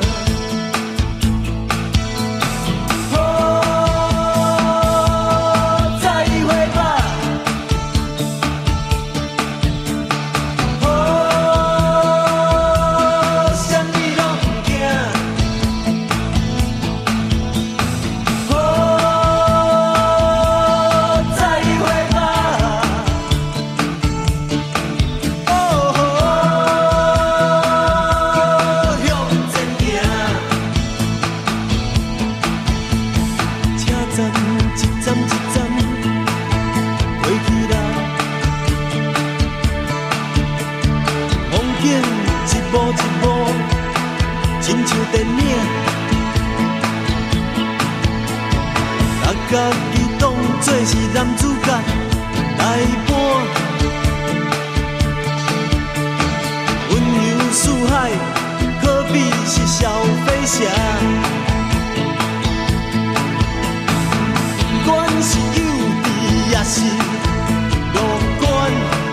Speaker 4: 家己当作是男主角来扮，温柔似海，可比是小飞侠。不管是幼稚也是乐观，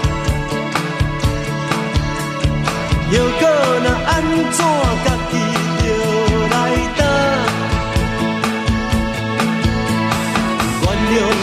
Speaker 4: 又搁若安怎，家己就来担。原谅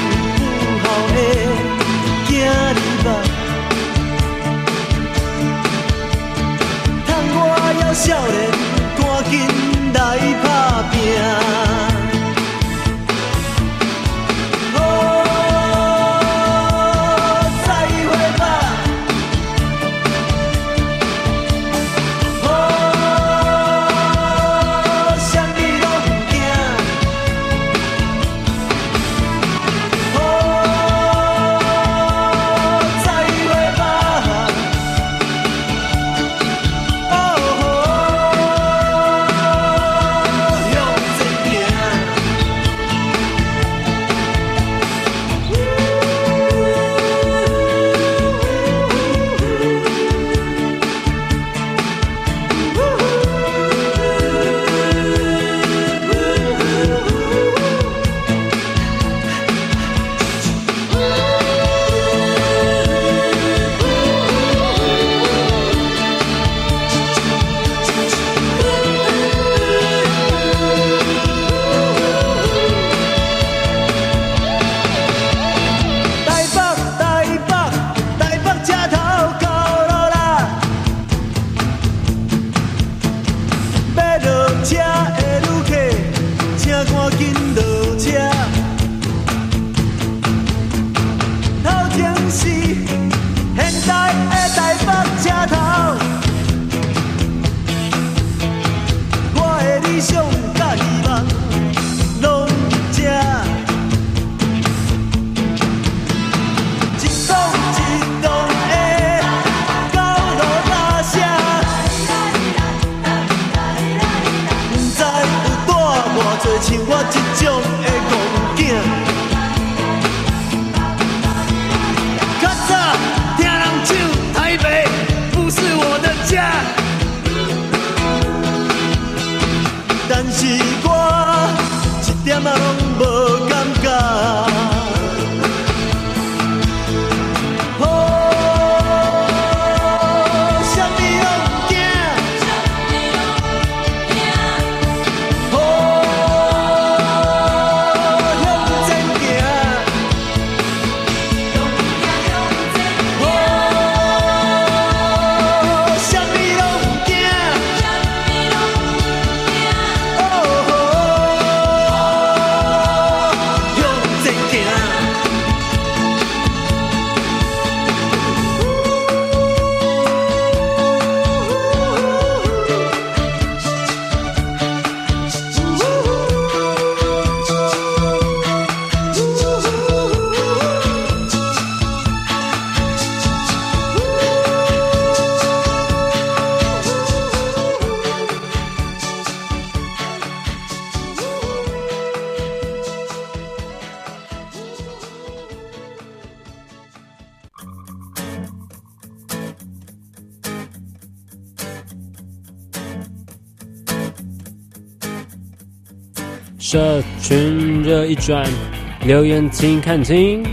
Speaker 4: 多像我这种的戆囝。较早听人唱台北不是我的家，但是我一点仔拢无感觉。
Speaker 9: 社群热一转，留言请看清。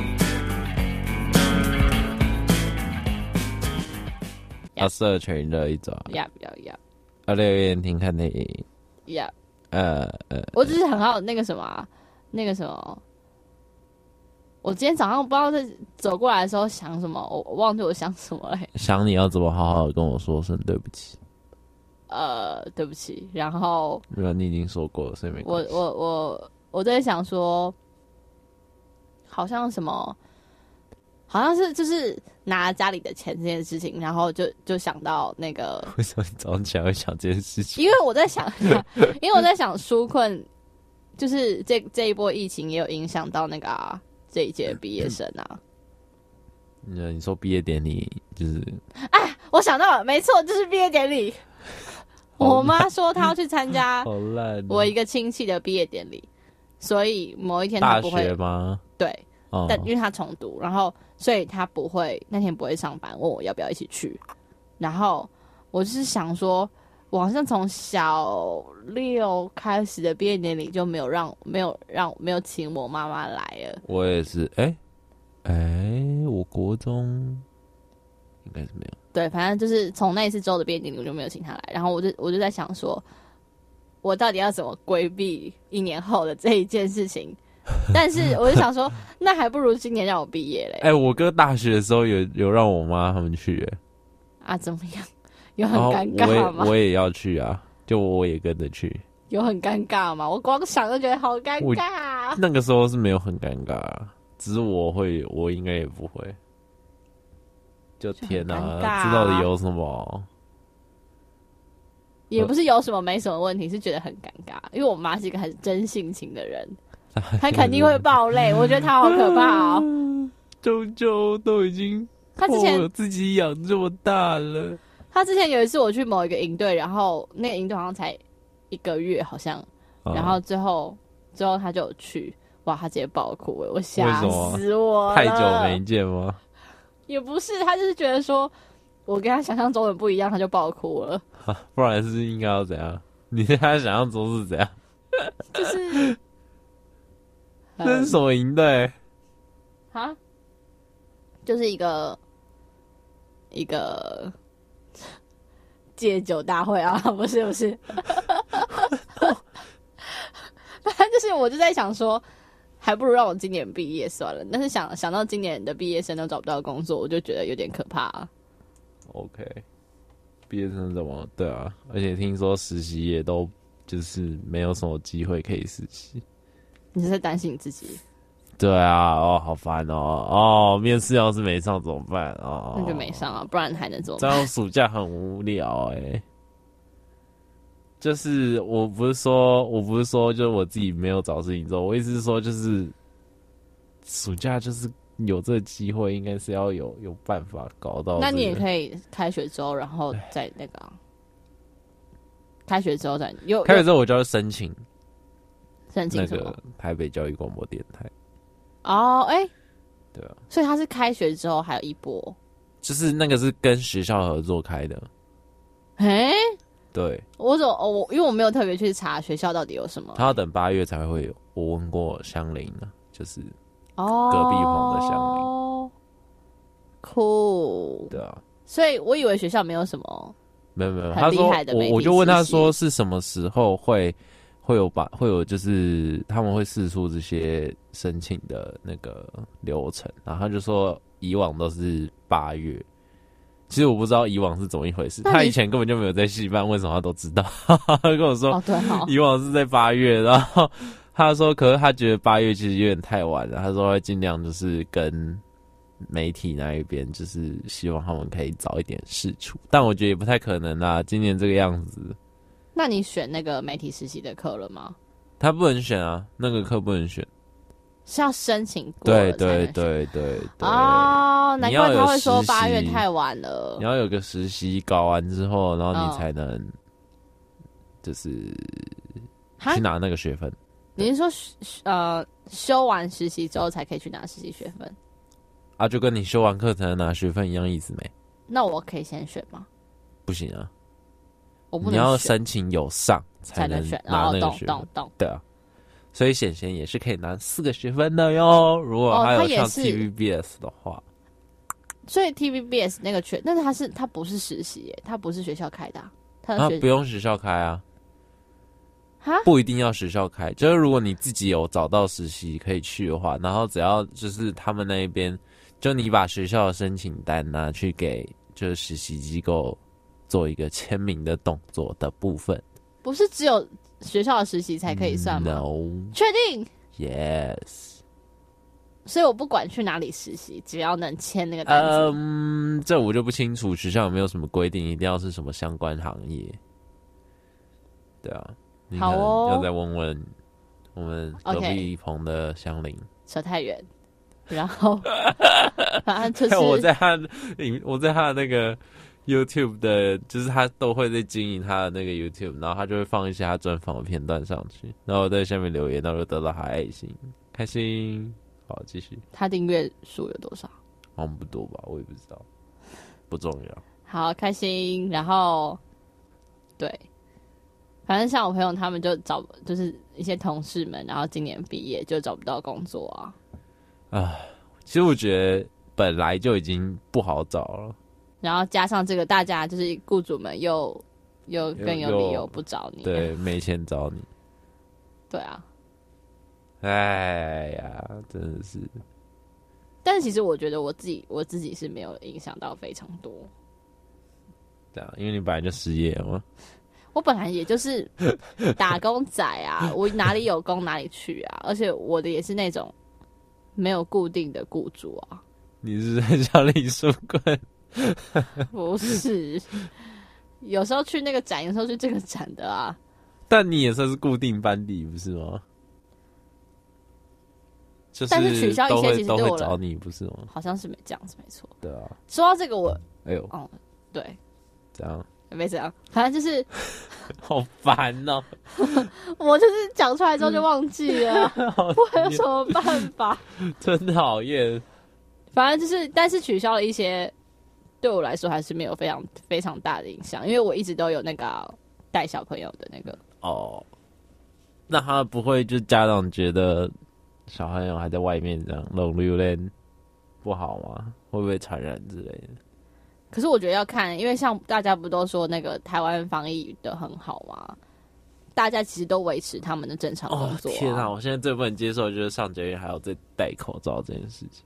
Speaker 2: 社群热一转，
Speaker 3: 要。
Speaker 2: 留言听看听。
Speaker 3: 要。我只是很好那个什么，我今天早上不知道在走过来的时候想什么，我忘记我想什么了。
Speaker 2: 想你要怎么好好的跟我说声对不起。
Speaker 3: 对不起。然后，
Speaker 2: 没有，你已经说过了，所以没关系。
Speaker 3: 我在想说，好像是就是拿家里的钱这件事情，然后就想到那个。
Speaker 2: 为什么你早上起来会想这件事情？
Speaker 3: 因为我在想纾困，就是这一波疫情也有影响到那个这一届毕业生啊。
Speaker 2: 你说毕业典礼就是？
Speaker 3: 哎，我想到了，没错，就是毕业典礼。我妈说她要去参加我一个亲戚的毕业典礼，所以某一天她不会。
Speaker 2: 大学吗？
Speaker 3: 对，但因为她重读，然后所以她那天不会上班，问我要不要一起去。然后我就是想说，我好像从小6开始的毕业典礼就没有请我妈妈来了。
Speaker 2: 我也是，我国中应该是没有。
Speaker 3: 对，反正就是从那一次之后的毕业典礼，我就没有请他来。然后我就在想说，我到底要怎么规避1年后的这一件事情？但是我就想说，那还不如今年让我毕业嘞。
Speaker 2: 我哥大学的时候有让我妈他们去，
Speaker 3: 怎么样？有很尴尬吗？
Speaker 2: 我也要去啊，就我也跟着去。
Speaker 3: 有很尴尬吗？我光想就觉得好尴尬。
Speaker 2: 那个时候是没有很尴尬，只是我应该也不会。就天哪，知道的有什么？
Speaker 3: 也不是有什么没什么问题，是觉得很尴尬。因为我妈是一个很真性情的人，她肯定会爆泪。我觉得她好可怕哦。
Speaker 2: 啾啾都已经我自己养这么大了。
Speaker 3: 她之前有一次我去某一个营队，然后那个营队好像才1个月，好像，然后最后她就有去，哇，她直接爆哭，我吓死我了。
Speaker 2: 太久没见吗？
Speaker 3: 也不是，他就是觉得说我跟他想象中的不一样，他就爆哭了。
Speaker 2: 不然是应该要怎样？你跟他想象中是怎样？
Speaker 3: 就是
Speaker 2: 这是什么营队？
Speaker 3: 就是一个戒酒大会啊，不是。反正就是我就在想说，还不如让我今年毕业算了。但是想到今年的毕业生都找不到工作，我就觉得有点可怕啊。
Speaker 2: OK， 毕业生怎么？对啊，而且听说实习也都就是没有什么机会可以实习。
Speaker 3: 你是在担心你自己？
Speaker 2: 对啊，好烦哦！面试要是没上怎么办？
Speaker 3: 那就没上啊，不然还能怎么办？
Speaker 2: 这样暑假很无聊就是我不是说，就是我自己没有找事情做。我意思是说，就是暑假就是有这个机会，应该是要有办法搞到。
Speaker 3: 那你也可以开学之后，然后再那个开学之后再开学之后我就要申请。 申请什么？
Speaker 2: 那个台北教育广播电台。
Speaker 3: 哦，
Speaker 2: 对啊，
Speaker 3: 所以他是开学之后还有一波，
Speaker 2: 就是那个是跟学校合作开的。对，
Speaker 3: 因为我没有特别去查学校到底有什么，
Speaker 2: 他要等8月才会有。我问过香菱了，就是隔壁棚的香菱。
Speaker 3: 酷，
Speaker 2: 对啊，
Speaker 3: 所以我以为学校没有什么，
Speaker 2: 没有，
Speaker 3: 很厉害的媒体
Speaker 2: 我就问他说是什么时候会有就是他们会释出这些申请的那个流程，然后他就说以往都是8月。其实我不知道以往是怎么一回事，他以前根本就没有在戏班，为什么他都知道？他跟我说，以往是在8月，然后他说，可是他觉得8月其实有点太晚了，他说会尽量就是跟媒体那一边，就是希望他们可以早一点释出，但我觉得也不太可能啦，今年这个样子。
Speaker 3: 那你选那个媒体实习的课了吗？
Speaker 2: 他不能选啊，那个课不能选。
Speaker 3: 是要申请过了才能选。
Speaker 2: 对
Speaker 3: 哦，难怪他会说8月太晚了。
Speaker 2: 你要有个实习搞完之后，然后你才能就是去拿那个学分。
Speaker 3: 你是说修完实习之后才可以去拿实习学分？
Speaker 2: 啊，就跟你修完课才能拿学分一样意思没？
Speaker 3: 那我可以先选吗？
Speaker 2: 不行啊，
Speaker 3: 我不能选，
Speaker 2: 你要申请有上才能
Speaker 3: 选
Speaker 2: 拿那个学分。
Speaker 3: 懂。
Speaker 2: 对啊。所以显贤也是可以拿4个学分的哟。如果他有上 TVBS 的话，
Speaker 3: 所以 TVBS 那个但是他不是实习耶，他不是学校开的他
Speaker 2: 不用学校开啊，
Speaker 3: 哈，
Speaker 2: 不一定要学校开。就是如果你自己有找到实习可以去的话，然后只要就是他们那边，就你把学校的申请单拿去给就是实习机构做一个签名的动作的部分，
Speaker 3: 不是只有学校的实习才可以算吗？
Speaker 2: No，
Speaker 3: 确定
Speaker 2: ？Yes。
Speaker 3: 所以我不管去哪里实习，只要能签那个单子。
Speaker 2: 这我就不清楚学校有没有什么规定，一定要是什么相关行业。对啊，你可能要再问问我们隔壁棚的香菱。
Speaker 3: 扯太远，然后反正就是
Speaker 2: 我在他的那个 YouTube 的，就是他都会在经营他的那个 YouTube， 然后他就会放一些他专访的片段上去，然后我在下面留言，然后就得到他爱心，开心。好，继续。
Speaker 3: 他订阅数有多少？
Speaker 2: 好像不多吧，我也不知道，不重要。
Speaker 3: 好，开心。然后，对，反正像我朋友他们就是一些同事们，然后今年毕业就找不到工作啊。
Speaker 2: 其实我觉得本来就已经不好找了，
Speaker 3: 然后加上这个，大家就是雇主们又更有理由不找你，
Speaker 2: 对，没钱找你。
Speaker 3: 对啊。
Speaker 2: 哎呀，真的是。
Speaker 3: 但是其实我觉得我自己是没有影响到非常多。
Speaker 2: 对啊，因为你本来就失业了嘛。
Speaker 3: 我本来也就是打工仔啊，我哪里有工哪里去啊，而且我的也是那种没有固定的雇主啊。
Speaker 2: 你是在叫李书棍？
Speaker 3: 不是，有时候去那个展，有时候去这个展的啊。
Speaker 2: 但你也算是固定班底，不是吗？
Speaker 3: 但是取消一些其实
Speaker 2: 都会找你，不是吗？
Speaker 3: 好像是这样子，没错。
Speaker 2: 对啊。
Speaker 3: 说到这个，
Speaker 2: 哎呦，
Speaker 3: 对，
Speaker 2: 这样
Speaker 3: 没这样，反正就是
Speaker 2: 好烦哦。
Speaker 3: 我就是讲出来之后就忘记了，我有什么办法？
Speaker 2: 真讨厌。
Speaker 3: 反正就是，但是取消了一些，对我来说还是没有非常非常大的影响，因为我一直都有那个带小朋友的那个。
Speaker 2: 哦，那他不会就家长觉得小朋友还在外面这样弄榴莲不好吗？会不会传染之类的？
Speaker 3: 可是我觉得要看，因为像大家不都说那个台湾防疫的很好吗？大家其实都维持他们的正常工作。
Speaker 2: 天啊！我现在最不能接受的就是上捷运还要再戴口罩这件事情。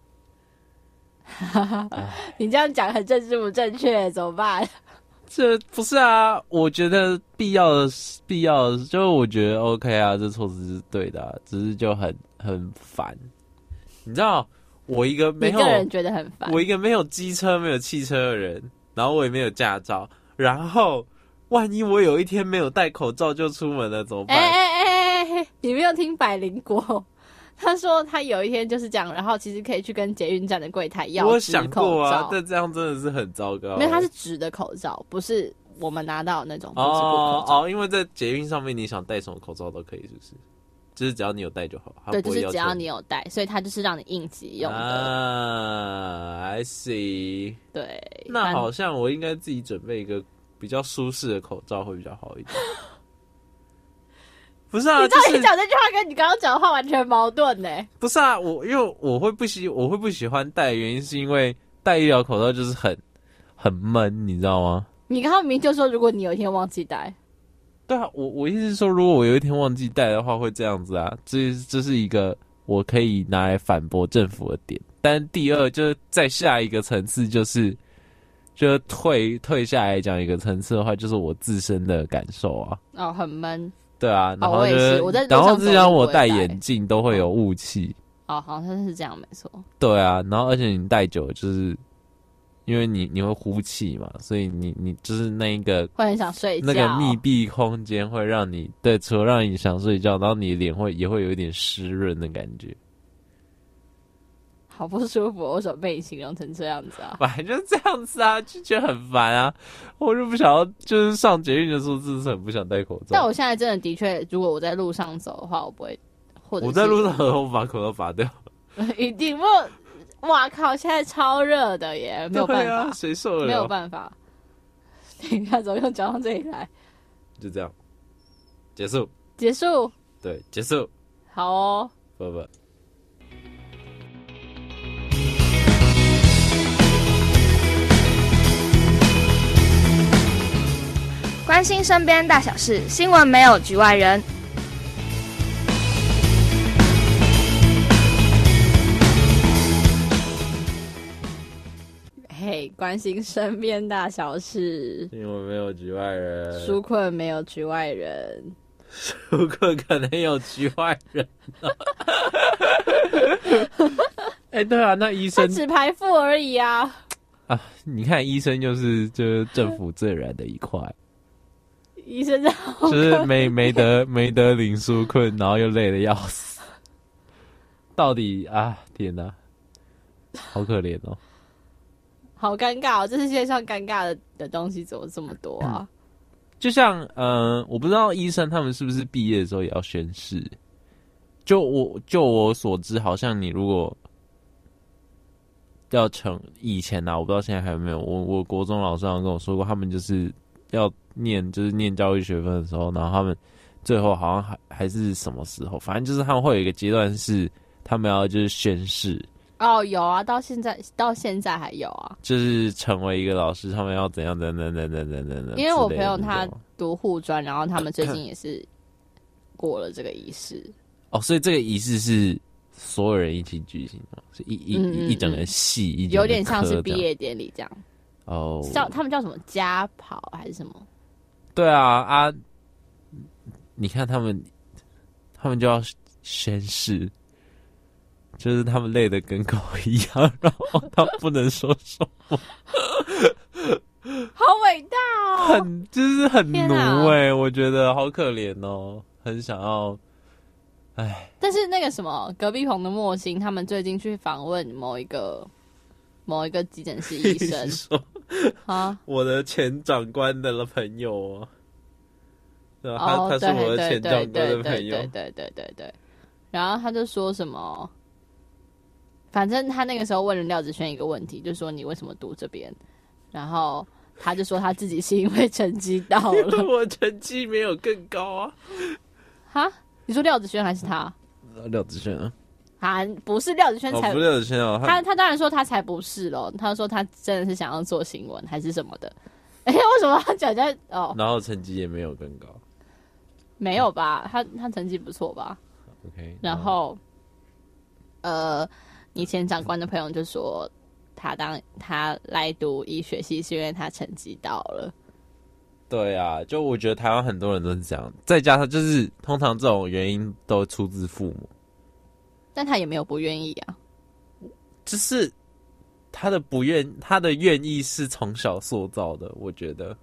Speaker 3: 你这样讲很政治不正确，怎么办？
Speaker 2: 这不是啊，我觉得必要的，就是我觉得 OK 啊，这措施是对的啊，只是就很烦。你知道，我一个人
Speaker 3: 觉得很烦，
Speaker 2: 我一个没有机车、没有汽车的人，然后我也没有驾照，然后万一我有一天没有戴口罩就出门了，怎么办？
Speaker 3: 你没有听百灵果？他说他有一天就是这样，然后其实可以去跟捷运站的柜台要纸口罩。我想过啊，
Speaker 2: 但这样真的是很糟糕。
Speaker 3: 没有，它是纸的口罩，不是我们拿到的那种不织布口罩。
Speaker 2: 因为在捷运上面，你想戴什么口罩都可以，是不是？ 就是只要你有带就好，
Speaker 3: 对，就是只要你有带，所以它就是让你应急用的。
Speaker 2: I see。
Speaker 3: 对，
Speaker 2: 那好像我应该自己准备一个比较舒适的口罩会比较好一点。不是啊，
Speaker 3: 你知道你讲这句话跟你刚刚讲的话完全矛盾呢。
Speaker 2: 不是啊，因为我会不喜欢戴的原因是因为戴医疗口罩就是很闷，你知道吗？
Speaker 3: 你刚刚明明就说如果你有一天忘记戴。
Speaker 2: 对啊，我意思是说，如果我有一天忘记带的话，会这样子啊，这是一个我可以拿来反驳政府的点。但第二，就是再下一个层次，就是退下来讲一个层次的话，就是我自身的感受啊。
Speaker 3: 哦，很闷。
Speaker 2: 对啊，然后
Speaker 3: 然后
Speaker 2: 就像我戴眼镜都会有雾气。
Speaker 3: 哦，好像是这样，没错。
Speaker 2: 对啊，然后而且你戴久了就是。因为你会呼气嘛，所以你就是那一个
Speaker 3: 会很想睡觉，
Speaker 2: 那个密闭空间会让你对，除了让你想睡觉，然后你的脸也会有一点湿润的感觉，
Speaker 3: 好不舒服。为什么被你形容成这样子啊？
Speaker 2: 本来就是这样子啊，就觉得很烦啊。我就不想要，就是上捷运的时候，真的是很不想戴口罩。
Speaker 3: 但我现在真的确，如果我在路上走的话，我不会，或者
Speaker 2: 我在路上的时候我把口罩拔掉，
Speaker 3: 一定不。哇靠！现在超热的耶，没有办法，
Speaker 2: 谁受得了？
Speaker 3: 没有办法。等一下，怎么又讲到这里来？
Speaker 2: 就这样，结束。
Speaker 3: 结束。
Speaker 2: 对，结束。
Speaker 3: 好哦。
Speaker 2: 拜拜。
Speaker 10: 关心身边大小事，新闻没有局外人。
Speaker 3: 嘿，关心身边大小事，
Speaker 2: 新闻没有局外人，
Speaker 3: 纾困没有局外人，
Speaker 2: 纾困可能有局外人。对啊，那医生
Speaker 3: 他只排富而已啊。
Speaker 2: 啊，你看医生就是政府最软的一块。
Speaker 3: 医生
Speaker 2: 就是没得领纾困，然后又累得要死。到底啊，天哪，好可怜哦。
Speaker 3: 好尴尬哦！这世界上尴尬的东西怎么这么多啊？
Speaker 2: 就像我不知道医生他们是不是毕业的时候也要宣誓。就我所知，好像你如果要成以前啊，我不知道现在还有没有。我国中老师好像跟我说过，他们就是要念教育学分的时候，然后他们最后好像还是什么时候，反正就是他们会有一个阶段是他们要就是宣誓。
Speaker 3: 哦，有啊，到现在还有啊，
Speaker 2: 就是成为一个老师，他们要怎样等。
Speaker 3: 因为我朋友他读护专，然后他们最近也是过了这个仪式。哦，
Speaker 2: 所以这个仪式是所有人一起举行的，是一整个系，一整个
Speaker 3: 有点像是毕业典礼这样。
Speaker 2: 哦，
Speaker 3: 他们叫什么家跑还是什么？
Speaker 2: 对啊，你看他们就要宣誓。就是他们累得跟狗一样，然后他不能说什么，
Speaker 3: 好伟大哦！
Speaker 2: 就是很奴我觉得好可怜哦，很想要，唉。
Speaker 3: 但是那个什么隔壁棚的莫欣，他们最近去访问某一个急诊室医生，
Speaker 2: 啊，我的前长官的朋友啊，对啊，他是我的前长官的朋友，
Speaker 3: 对，然后他就说什么。反正他那个时候问了廖子轩一个问题，就说你为什么读这边，然后他就说他自己是因为成绩到了，
Speaker 2: 因为我成绩没有更高啊。
Speaker 3: 哈？你说廖子轩还是他？
Speaker 2: 廖子轩啊？
Speaker 3: 啊，不是廖子轩才，
Speaker 2: 不是廖子轩哦。
Speaker 3: 他当然说他才不是咯，他说他真的是想要做新闻还是什么的。为什么他讲在哦？
Speaker 2: 然后成绩也没有更高，
Speaker 3: 没有吧？他成绩不错吧
Speaker 2: ？OK。
Speaker 3: 然后以前长官的朋友就说，他来读医学系是因为他成绩到了。
Speaker 2: 对啊，就我觉得台湾很多人都是这样，再加上就是通常这种原因都出自父母，
Speaker 3: 但他也没有不愿意啊，
Speaker 2: 就是他的愿意是从小塑造的，我觉得。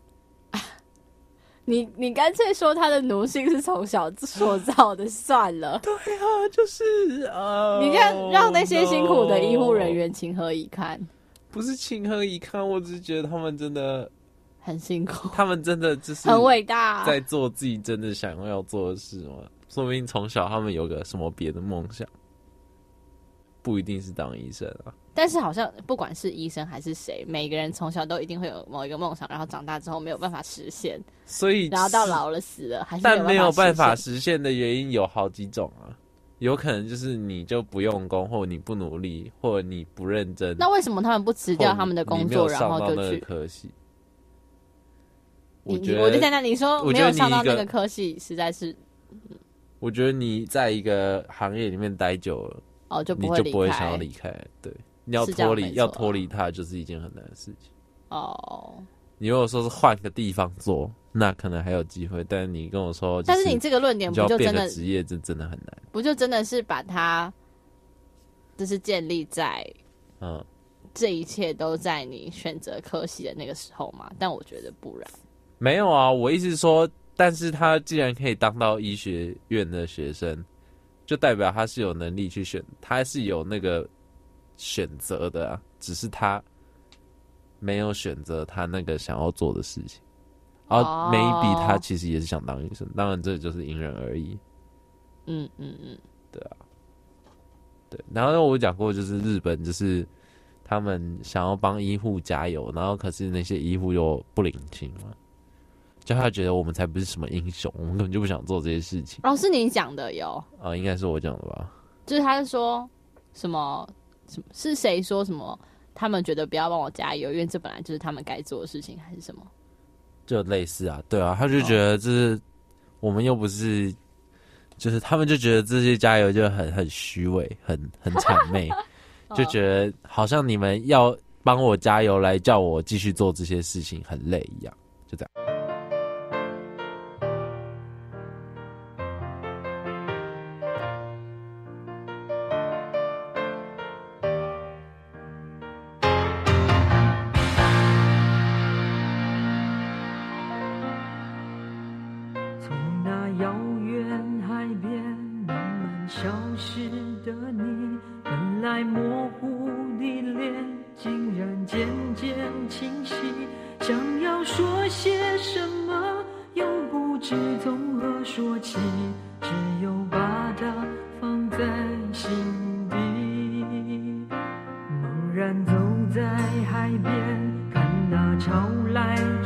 Speaker 3: 你干脆说他的奴性是从小塑造的算了。
Speaker 2: 对啊，就是
Speaker 3: 你看让那些辛苦的医护人员情何以堪？
Speaker 2: 不是情何以堪，我只是觉得他们真的
Speaker 3: 很辛苦，
Speaker 2: 他们真的就是
Speaker 3: 很伟大，
Speaker 2: 在做自己真的想要做的事嘛。 说不定从小他们有个什么别的梦想，不一定是当医生啊。
Speaker 3: 但是好像不管是医生还是谁，每个人从小都一定会有某一个梦想，然后长大之后没有办法实现，
Speaker 2: 所以
Speaker 3: 然后到老了死了还是
Speaker 2: 但没有办法实现的原因有好几种啊。有可能就是你就不用功，或你不努力，或你不认真。
Speaker 3: 那为什么他们不辞掉他们的工作，然后就去
Speaker 2: 科系？
Speaker 3: 我就在那，你说没有上到那个科系，实在是。
Speaker 2: 我觉得你在一个行业里面待久了，
Speaker 3: 就不
Speaker 2: 会想要离开。对，你要脱离它，就是一件很难的事情。你如果说是换个地方做，那可能还有机会。但是你跟我说，
Speaker 3: 但是你这个论点不就真的
Speaker 2: 职业真的很难？
Speaker 3: 不就真的是把它，就是建立在这一切都在你选择科系的那个时候吗？但我觉得不然。
Speaker 2: 没有啊，我意思是说，但是他既然可以当到医学院的学生，就代表他是有能力去选，他是有那个选择的啊，只是他没有选择他那个想要做的事情。maybe 他其实也是想当医生，当然这就是因人而异。对啊，对。然后我讲过，就是日本，就是他们想要帮医护加油，然后可是那些医护又不领情嘛。就他觉得我们才不是什么英雄，我们根本就不想做这些事情。
Speaker 3: 是你讲的有？
Speaker 2: 应该是我讲的吧？
Speaker 3: 就是他是说什么是谁说什么？他们觉得不要帮我加油，因为这本来就是他们该做的事情，还是什么？
Speaker 2: 就类似啊，对啊，他就觉得这是我们又不是，就是他们就觉得这些加油就很虚伪，很谄媚，就觉得好像你们要帮我加油来叫我继续做这些事情很累一样，就这样。
Speaker 4: 走在海边，看那潮来